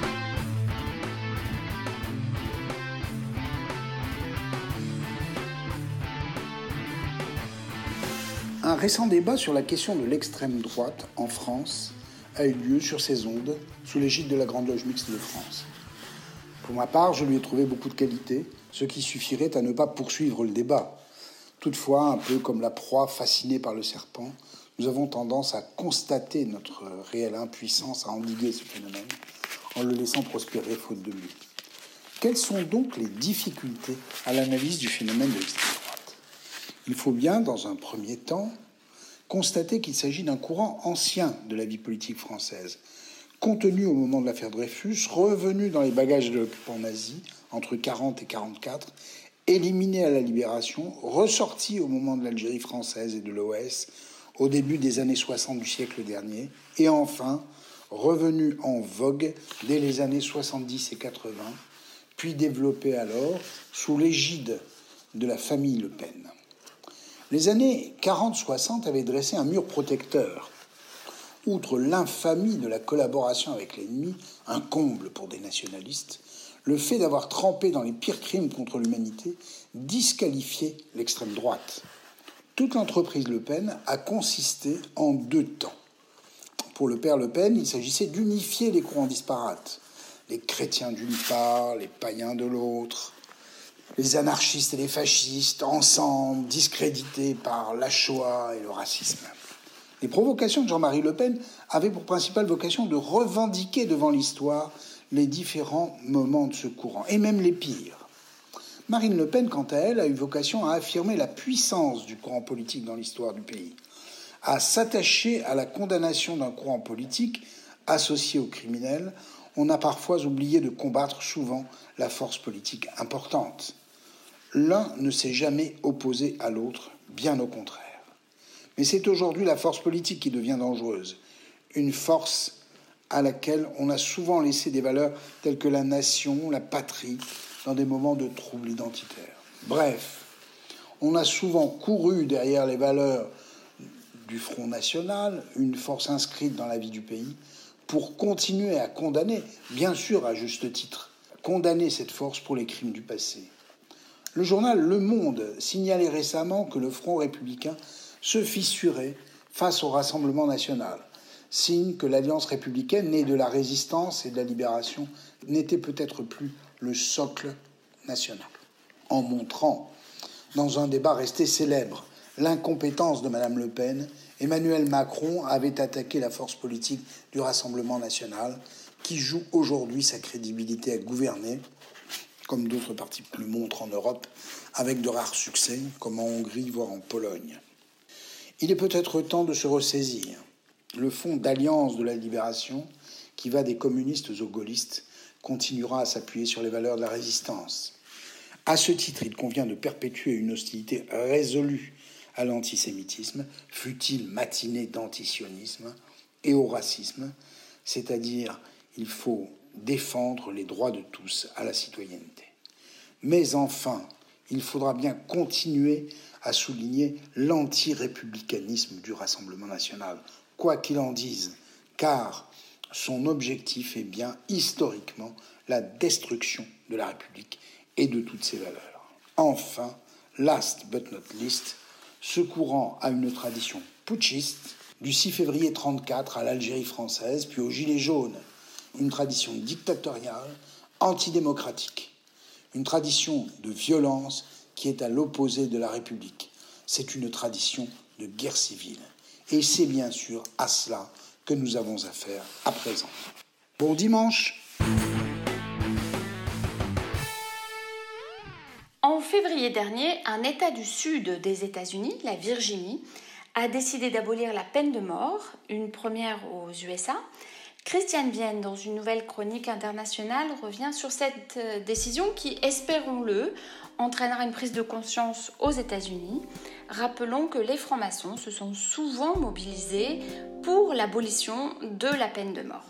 Un récent débat sur la question de l'extrême droite en France a eu lieu sur ces ondes sous l'égide de la Grande Loge Mixte de France. Pour ma part, je lui ai trouvé beaucoup de qualités, ce qui suffirait à ne pas poursuivre le débat. Toutefois, un peu comme la proie fascinée par le serpent, nous avons tendance à constater notre réelle impuissance à endiguer ce phénomène en le laissant prospérer faute de mieux. Quelles sont donc les difficultés à l'analyse du phénomène de l'extrême droite ? Il faut bien, dans un premier temps, constater qu'il s'agit d'un courant ancien de la vie politique française, contenu au moment de l'affaire Dreyfus, revenu dans les bagages de l'occupant nazi entre quarante et quarante-quatre, éliminé à la Libération, ressorti au moment de l'Algérie française et de l'O S au début des années soixante du siècle dernier, et enfin revenu en vogue dès les années soixante-dix et quatre-vingts, puis développé alors sous l'égide de la famille Le Pen. Les années quarante soixante avaient dressé un mur protecteur. Outre l'infamie de la collaboration avec l'ennemi, un comble pour des nationalistes, le fait d'avoir trempé dans les pires crimes contre l'humanité disqualifiait l'extrême droite. Toute l'entreprise Le Pen a consisté en deux temps. Pour le père Le Pen, il s'agissait d'unifier les courants disparates. Les chrétiens d'une part, les païens de l'autre, les anarchistes et les fascistes, ensemble, discrédités par la Shoah et le racisme. Les provocations de Jean-Marie Le Pen avaient pour principale vocation de revendiquer devant l'histoire les différents moments de ce courant, et même les pires. Marine Le Pen, quant à elle, a eu vocation à affirmer la puissance du courant politique dans l'histoire du pays, à s'attacher à la condamnation d'un courant politique associé aux criminels. On a parfois oublié de combattre souvent la force politique importante. L'un ne s'est jamais opposé à l'autre, bien au contraire. Mais c'est aujourd'hui la force politique qui devient dangereuse, une force à laquelle on a souvent laissé des valeurs telles que la nation, la patrie, dans des moments de troubles identitaires. Bref, on a souvent couru derrière les valeurs du Front National, une force inscrite dans la vie du pays, pour continuer à condamner, bien sûr à juste titre, condamner cette force pour les crimes du passé. Le journal Le Monde signalait récemment que le Front républicain se fissurait face au Rassemblement national, signe que l'Alliance républicaine, née de la résistance et de la libération, n'était peut-être plus le socle national. En montrant, dans un débat resté célèbre, l'incompétence de Madame Le Pen, Emmanuel Macron avait attaqué la force politique du Rassemblement national, qui joue aujourd'hui sa crédibilité à gouverner, comme d'autres partis le montrent en Europe, avec de rares succès, comme en Hongrie, voire en Pologne. Il est peut-être temps de se ressaisir. Le Front d'Alliance de la Libération, qui va des communistes aux gaullistes, continuera à s'appuyer sur les valeurs de la résistance. À ce titre, il convient de perpétuer une hostilité résolue à l'antisémitisme, fût-il matiné d'antisionisme, et au racisme, c'est-à-dire il faut défendre les droits de tous à la citoyenneté. Mais enfin, il faudra bien continuer à souligner l'anti-républicanisme du Rassemblement national, quoi qu'il en dise, car son objectif est bien historiquement la destruction de la République et de toutes ses valeurs. Enfin, last but not least, ce courant a une tradition putschiste, du six février mille neuf cent trente-quatre à l'Algérie française, puis aux Gilets jaunes, une tradition dictatoriale, antidémocratique, une tradition de violence qui est à l'opposé de la République. C'est une tradition de guerre civile. Et c'est bien sûr à cela que nous avons affaire à présent. Bon dimanche! En février dernier, un État du sud des États-Unis, la Virginie, a décidé d'abolir la peine de mort, une première aux U S A, Christiane Vienne, dans une nouvelle chronique internationale, revient sur cette décision qui, espérons-le, entraînera une prise de conscience aux États-Unis. Rappelons que les francs-maçons se sont souvent mobilisés pour l'abolition de la peine de mort.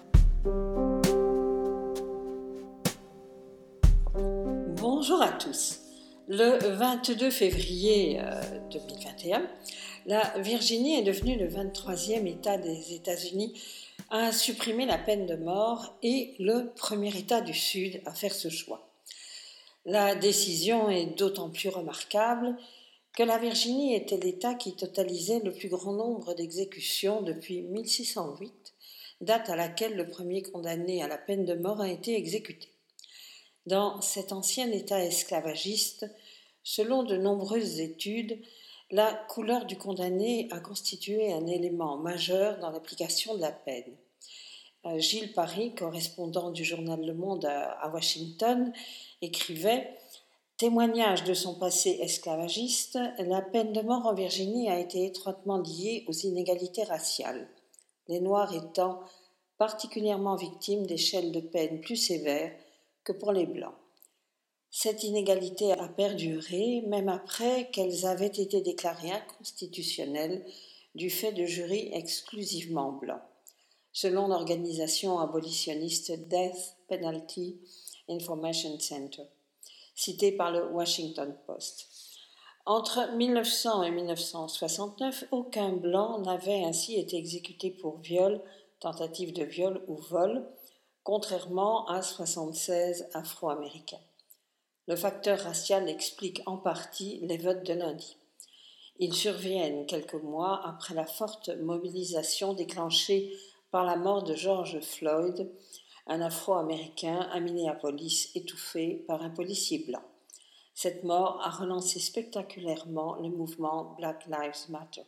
Bonjour à tous. Le vingt-deux février deux mille vingt et un, la Virginie est devenue le vingt-troisième État des États-Unis à supprimer la peine de mort et le premier État du Sud à faire ce choix. La décision est d'autant plus remarquable que la Virginie était l'État qui totalisait le plus grand nombre d'exécutions depuis mille six cent huit, date à laquelle le premier condamné à la peine de mort a été exécuté. Dans cet ancien État esclavagiste, selon de nombreuses études, la couleur du condamné a constitué un élément majeur dans l'application de la peine. Gilles Parry, correspondant du journal Le Monde à Washington, écrivait « Témoignage de son passé esclavagiste, la peine de mort en Virginie a été étroitement liée aux inégalités raciales, les Noirs étant particulièrement victimes d'échelles de peine plus sévères que pour les Blancs. Cette inégalité a perduré même après qu'elles avaient été déclarées inconstitutionnelles du fait de jurys exclusivement blancs, selon l'organisation abolitionniste Death Penalty Information Center, citée par le Washington Post. Entre mille neuf cents et mille neuf cent soixante-neuf, aucun blanc n'avait ainsi été exécuté pour viol, tentative de viol ou vol, contrairement à soixante-seize Afro-Américains. Le facteur racial explique en partie les votes de lundi. Ils surviennent quelques mois après la forte mobilisation déclenchée par la mort de George Floyd, un Afro-Américain à Minneapolis étouffé par un policier blanc. Cette mort a relancé spectaculairement le mouvement Black Lives Matter.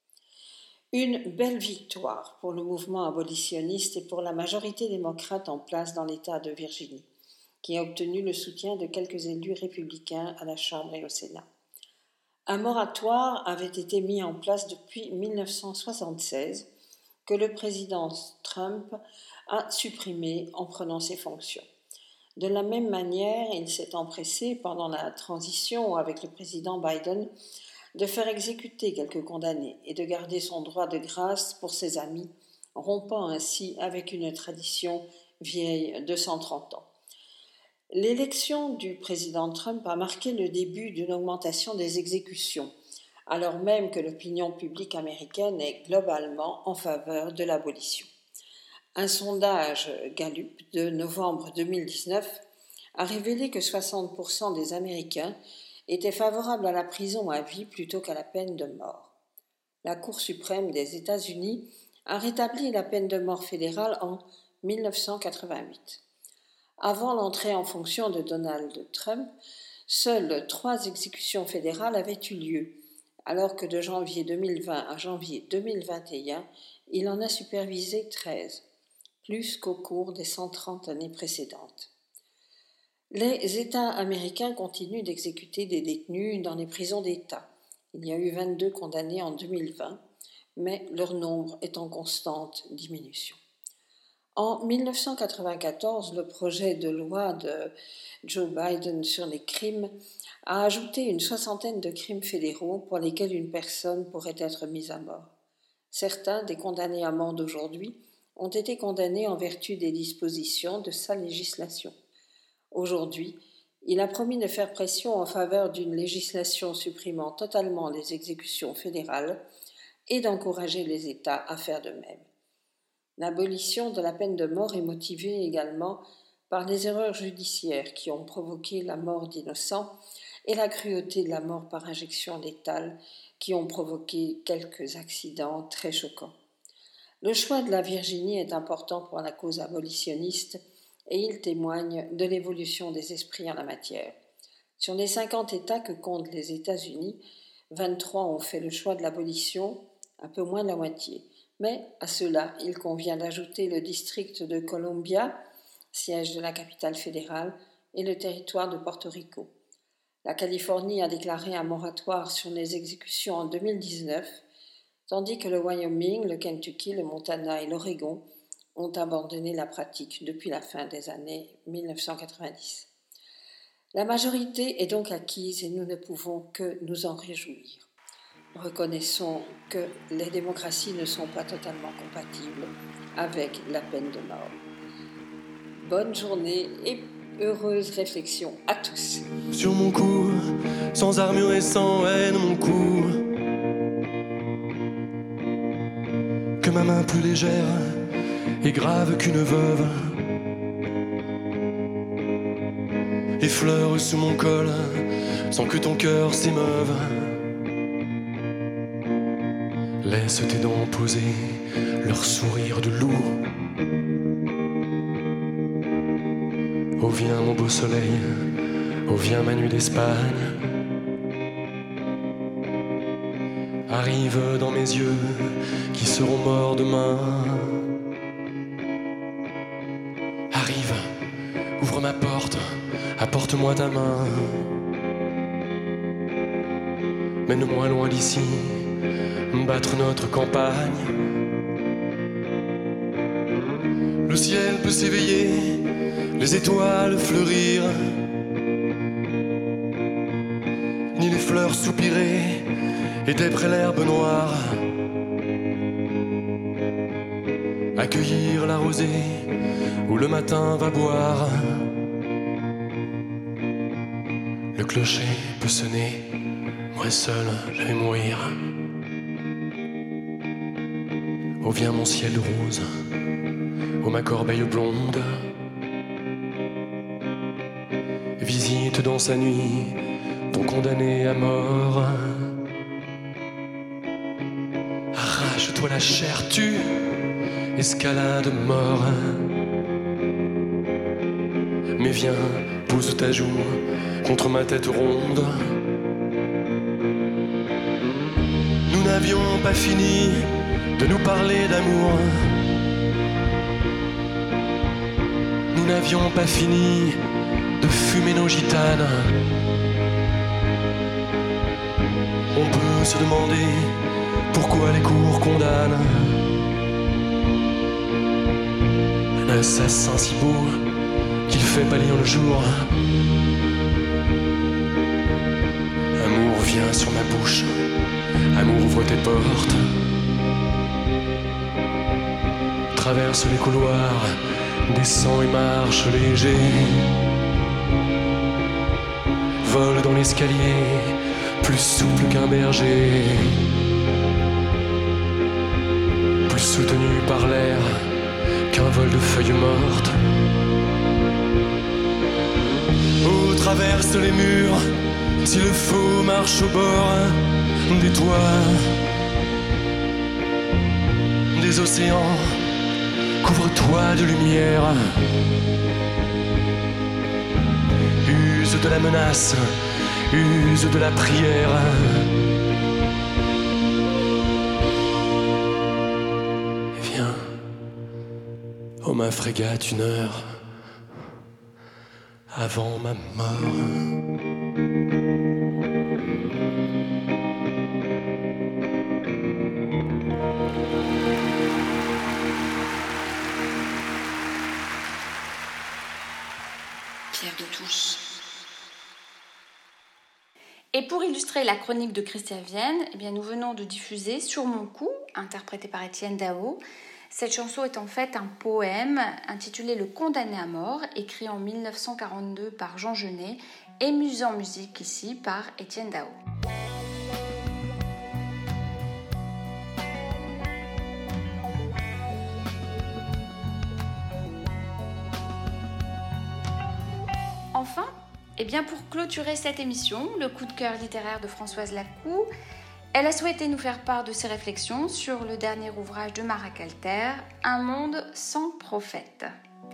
Une belle victoire pour le mouvement abolitionniste et pour la majorité démocrate en place dans l'État de Virginie, qui a obtenu le soutien de quelques élus républicains à la Chambre et au Sénat. Un moratoire avait été mis en place depuis mille neuf cent soixante-seize, que le président Trump a supprimé en prenant ses fonctions. De la même manière, il s'est empressé, pendant la transition avec le président Biden, de faire exécuter quelques condamnés et de garder son droit de grâce pour ses amis, rompant ainsi avec une tradition vieille de cent trente ans. L'élection du président Trump a marqué le début d'une augmentation des exécutions, alors même que l'opinion publique américaine est globalement en faveur de l'abolition. Un sondage Gallup de novembre deux mille dix-neuf a révélé que soixante pour cent des Américains étaient favorables à la prison à vie plutôt qu'à la peine de mort. La Cour suprême des États-Unis a rétabli la peine de mort fédérale en mille neuf cent quatre-vingt-huit. Avant l'entrée en fonction de Donald Trump, seules trois exécutions fédérales avaient eu lieu, alors que de janvier deux mille vingt à janvier deux mille vingt et un, il en a supervisé treize, plus qu'au cours des cent trente années précédentes. Les États américains continuent d'exécuter des détenus dans les prisons d'État. Il y a eu vingt-deux condamnés en deux mille vingt, mais leur nombre est en constante diminution. En mille neuf cent quatre-vingt-quatorze, le projet de loi de Joe Biden sur les crimes a ajouté une soixantaine de crimes fédéraux pour lesquels une personne pourrait être mise à mort. Certains des condamnés à mort d'aujourd'hui ont été condamnés en vertu des dispositions de sa législation. Aujourd'hui, il a promis de faire pression en faveur d'une législation supprimant totalement les exécutions fédérales et d'encourager les États à faire de même. L'abolition de la peine de mort est motivée également par les erreurs judiciaires qui ont provoqué la mort d'innocents et la cruauté de la mort par injection létale qui ont provoqué quelques accidents très choquants. Le choix de la Virginie est important pour la cause abolitionniste et il témoigne de l'évolution des esprits en la matière. Sur les cinquante États que comptent les États-Unis, vingt-trois ont fait le choix de l'abolition, un peu moins de la moitié. Mais à cela, il convient d'ajouter le district de Columbia, siège de la capitale fédérale, et le territoire de Porto Rico. La Californie a déclaré un moratoire sur les exécutions en deux mille dix-neuf, tandis que le Wyoming, le Kentucky, le Montana et l'Oregon ont abandonné la pratique depuis la fin des années mille neuf cent quatre-vingt-dix. La majorité est donc acquise et nous ne pouvons que nous en réjouir. Reconnaissons que les démocraties ne sont pas totalement compatibles avec la peine de mort. Bonne journée et heureuse réflexion à tous. Sur mon cou, sans armure et sans haine, mon cou. Que ma main plus légère et grave qu'une veuve effleure sous mon col sans que ton cœur s'émeuve. Laisse tes dents poser leur sourire de loup. Oh viens mon beau soleil, oh viens ma nuit d'Espagne. Arrive dans mes yeux qui seront morts demain. Arrive, ouvre ma porte, apporte-moi ta main. Mène-moi loin d'ici, battre notre campagne. Le ciel peut s'éveiller, les étoiles fleurir, ni les fleurs soupirer et déprer l'herbe noire. Accueillir la rosée où le matin va boire. Le clocher peut sonner, moi seul je vais mourir. Oh viens mon ciel rose, oh ma corbeille blonde. Visite dans sa nuit ton condamné à mort. Arrache-toi la chair, tue, escalade mort. Mais viens, pose ta joue contre ma tête ronde. Nous n'avions pas fini de nous parler d'amour. Nous n'avions pas fini de fumer nos gitanes. On peut se demander pourquoi les cours condamnent un assassin si beau qu'il fait pâlir le jour. Amour, viens sur ma bouche, amour, ouvre tes portes. Traverse les couloirs, descends et marche léger. Vole dans l'escalier, plus souple qu'un berger. Plus soutenu par l'air qu'un vol de feuilles mortes. Oh, traverse les murs, s'il le faut, marche au bord des toits, des océans, couvre-toi de lumière. Use de la menace, use de la prière. Viens, oh ma frégate, une heure avant ma mort. Pierre de Touche. Et pour illustrer la chronique de Christian Vienne, eh bien nous venons de diffuser Sur mon cou, interprété par Étienne Dao. Cette chanson est en fait un poème intitulé Le condamné à mort, écrit en mille neuf cent quarante-deux par Jean Genet et mis en musique ici par Étienne Dao. Enfin, eh bien pour clôturer cette émission, le coup de cœur littéraire de Françoise Lacou, elle a souhaité nous faire part de ses réflexions sur le dernier ouvrage de Mara Calter, Un monde sans prophète.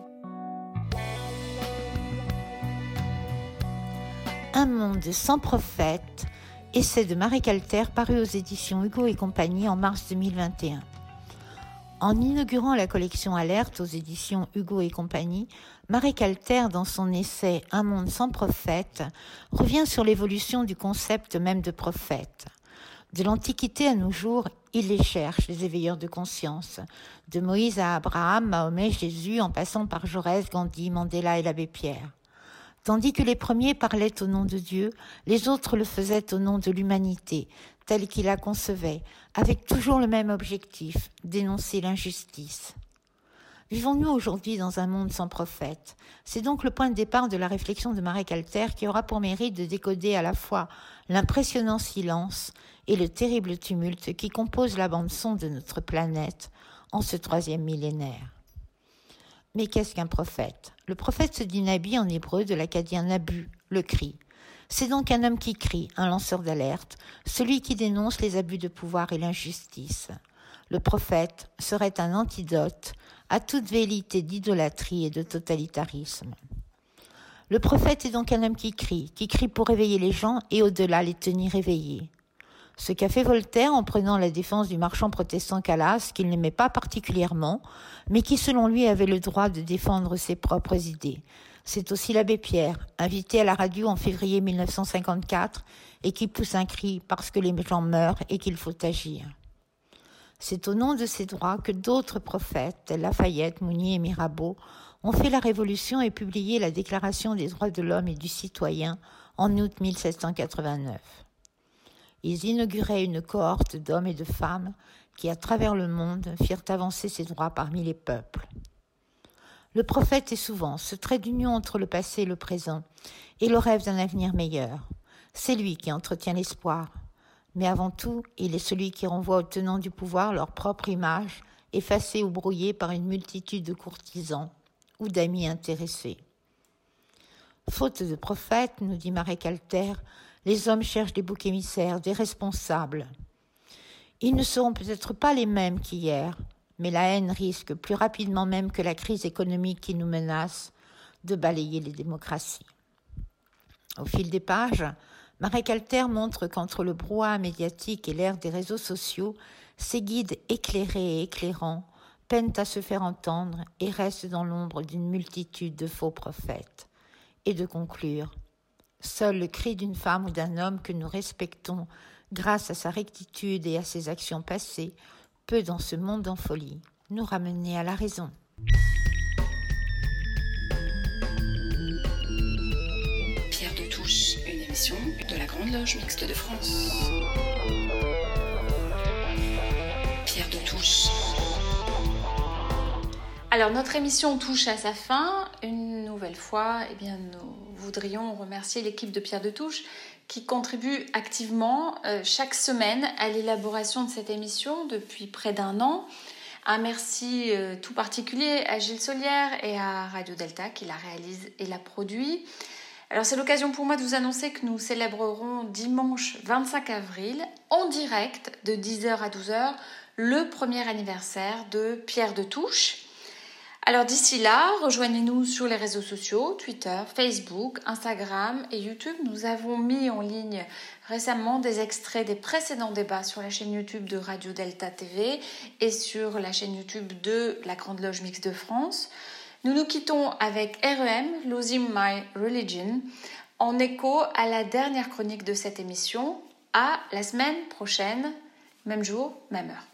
Un monde sans prophète, essai de Mara Calter paru aux éditions Hugo et compagnie en mars deux mille vingt et un. En inaugurant la collection Alerte aux éditions Hugo et compagnie, Mara Calter, dans son essai Un monde sans prophète, revient sur l'évolution du concept même de prophète. De l'Antiquité à nos jours, il les cherche, les éveilleurs de conscience. De Moïse à Abraham, Mahomet, Jésus, en passant par Jaurès, Gandhi, Mandela et l'abbé Pierre. Tandis que les premiers parlaient au nom de Dieu, les autres le faisaient au nom de l'humanité, telle qu'il la concevait, avec toujours le même objectif, dénoncer l'injustice. Vivons-nous aujourd'hui dans un monde sans prophète? C'est donc le point de départ de la réflexion de Marek Alter qui aura pour mérite de décoder à la fois l'impressionnant silence et le terrible tumulte qui compose la bande-son de notre planète en ce troisième millénaire. Mais qu'est-ce qu'un prophète? Le prophète se dit Nabi en hébreu de l'acadien Nabu, le cri. C'est donc un homme qui crie, un lanceur d'alerte, celui qui dénonce les abus de pouvoir et l'injustice. Le prophète serait un antidote à toute velléité d'idolâtrie et de totalitarisme. Le prophète est donc un homme qui crie, qui crie pour réveiller les gens et au-delà les tenir éveillés. Ce qu'a fait Voltaire en prenant la défense du marchand protestant Calas, qu'il n'aimait pas particulièrement, mais qui selon lui avait le droit de défendre ses propres idées. C'est aussi l'abbé Pierre, invité à la radio en février mille neuf cent cinquante-quatre, et qui pousse un cri parce que les gens meurent et qu'il faut agir. C'est au nom de ces droits que d'autres prophètes, tels Lafayette, Mounier et Mirabeau, ont fait la Révolution et publié la Déclaration des droits de l'homme et du citoyen en août mille sept cent quatre-vingt-neuf. Ils inauguraient une cohorte d'hommes et de femmes qui, à travers le monde, firent avancer ces droits parmi les peuples. Le prophète est souvent ce trait d'union entre le passé et le présent et le rêve d'un avenir meilleur. C'est lui qui entretient l'espoir. Mais avant tout, il est celui qui renvoie aux tenants du pouvoir leur propre image, effacée ou brouillée par une multitude de courtisans ou d'amis intéressés. Faute de prophètes, nous dit Marek Alter, les hommes cherchent des boucs émissaires, des responsables. Ils ne seront peut-être pas les mêmes qu'hier, mais la haine risque, plus rapidement même que la crise économique qui nous menace, de balayer les démocraties. Au fil des pages, Marek Alter montre qu'entre le brouhaha médiatique et l'ère des réseaux sociaux, ces guides éclairés et éclairants peinent à se faire entendre et restent dans l'ombre d'une multitude de faux prophètes. Et de conclure, seul le cri d'une femme ou d'un homme que nous respectons grâce à sa rectitude et à ses actions passées peut, dans ce monde en folie, nous ramener à la raison. Pierre de Touche, une émission de la Grande Loge Mixte de France. Pierre de Touche. Alors, notre émission touche à sa fin. Une nouvelle fois, eh bien, nous voudrions remercier l'équipe de Pierre de Touche qui contribue activement euh, chaque semaine à l'élaboration de cette émission depuis près d'un an. Un merci euh, tout particulier à Gilles Solière et à Radio Delta qui la réalise et la produit. Alors, c'est l'occasion pour moi de vous annoncer que nous célébrerons dimanche vingt-cinq avril en direct de dix heures à douze heures le premier anniversaire de Pierre de Touche. Alors d'ici là, rejoignez-nous sur les réseaux sociaux, Twitter, Facebook, Instagram et YouTube. Nous avons mis en ligne récemment des extraits des précédents débats sur la chaîne YouTube de Radio Delta T V et sur la chaîne YouTube de la Grande Loge Mixte de France. Nous nous quittons avec R E M, Losing My Religion, en écho à la dernière chronique de cette émission. À la semaine prochaine, même jour, même heure.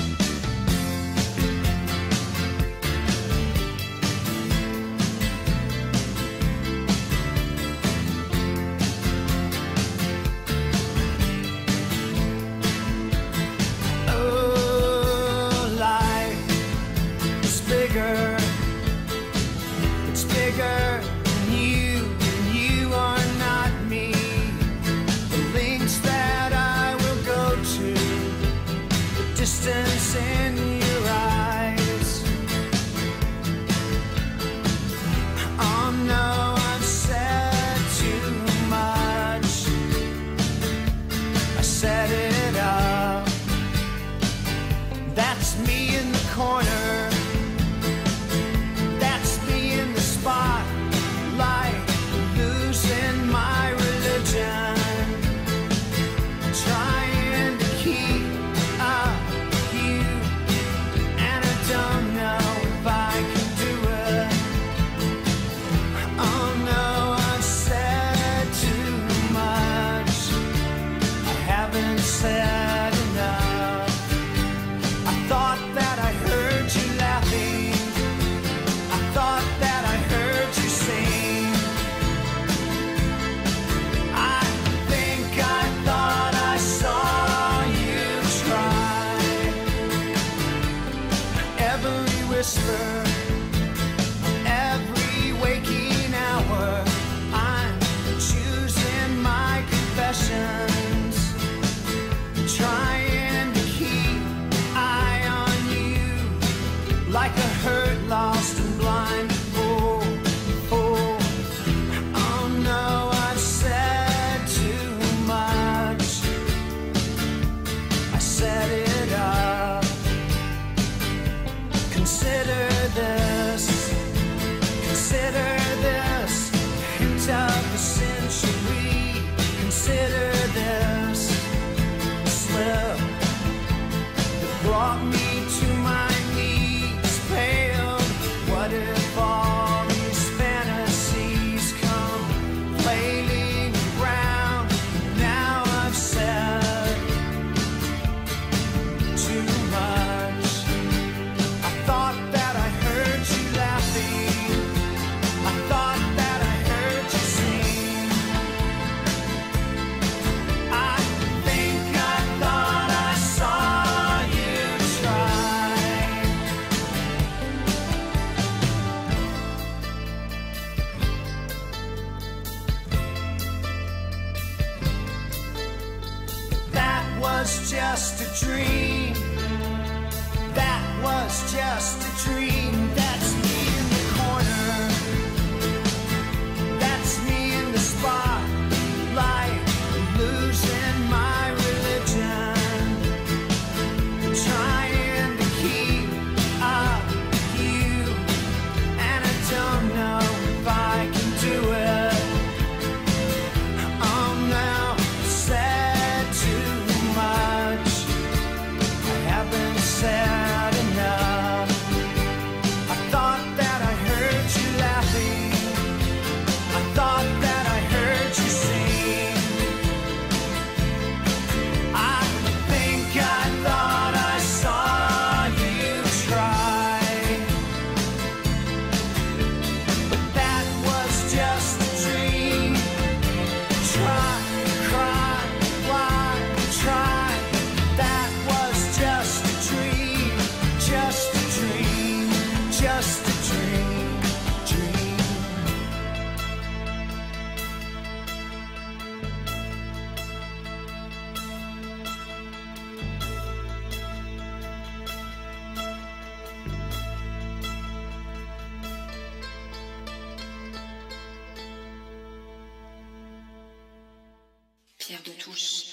Distance in your eyes. Oh no, I've said too much. I set it up. That's me in the corner, whisper every waking hour. I'm choosing my confessions, trying to keep eye on you like a hurt, lost and blind. Oh, oh, oh no, I've said too much. I set it up. Consider this, consider this, hint of the century. Consider this slip that brought me to my knees, pale. What if all these fantasies come flailing around? Now I've said too much. I thought that I heard you laughing. I thought that I heard you sing. I think I thought I saw you try. That was just a dream. That was just a dream. That's me in the corner. That's me in the spotlight, losing my religion, trying to keep up with you, and I don't know if I can do it. Oh no, I said too much. I haven't said enough. I thought that I heard you laughing. I thought that I heard you sing. I think I thought I saw you try. But that was just a dream. Try, cry, why, try. That was just a dream. Just a dream. Just a dream. Dream. Pierre de Touche.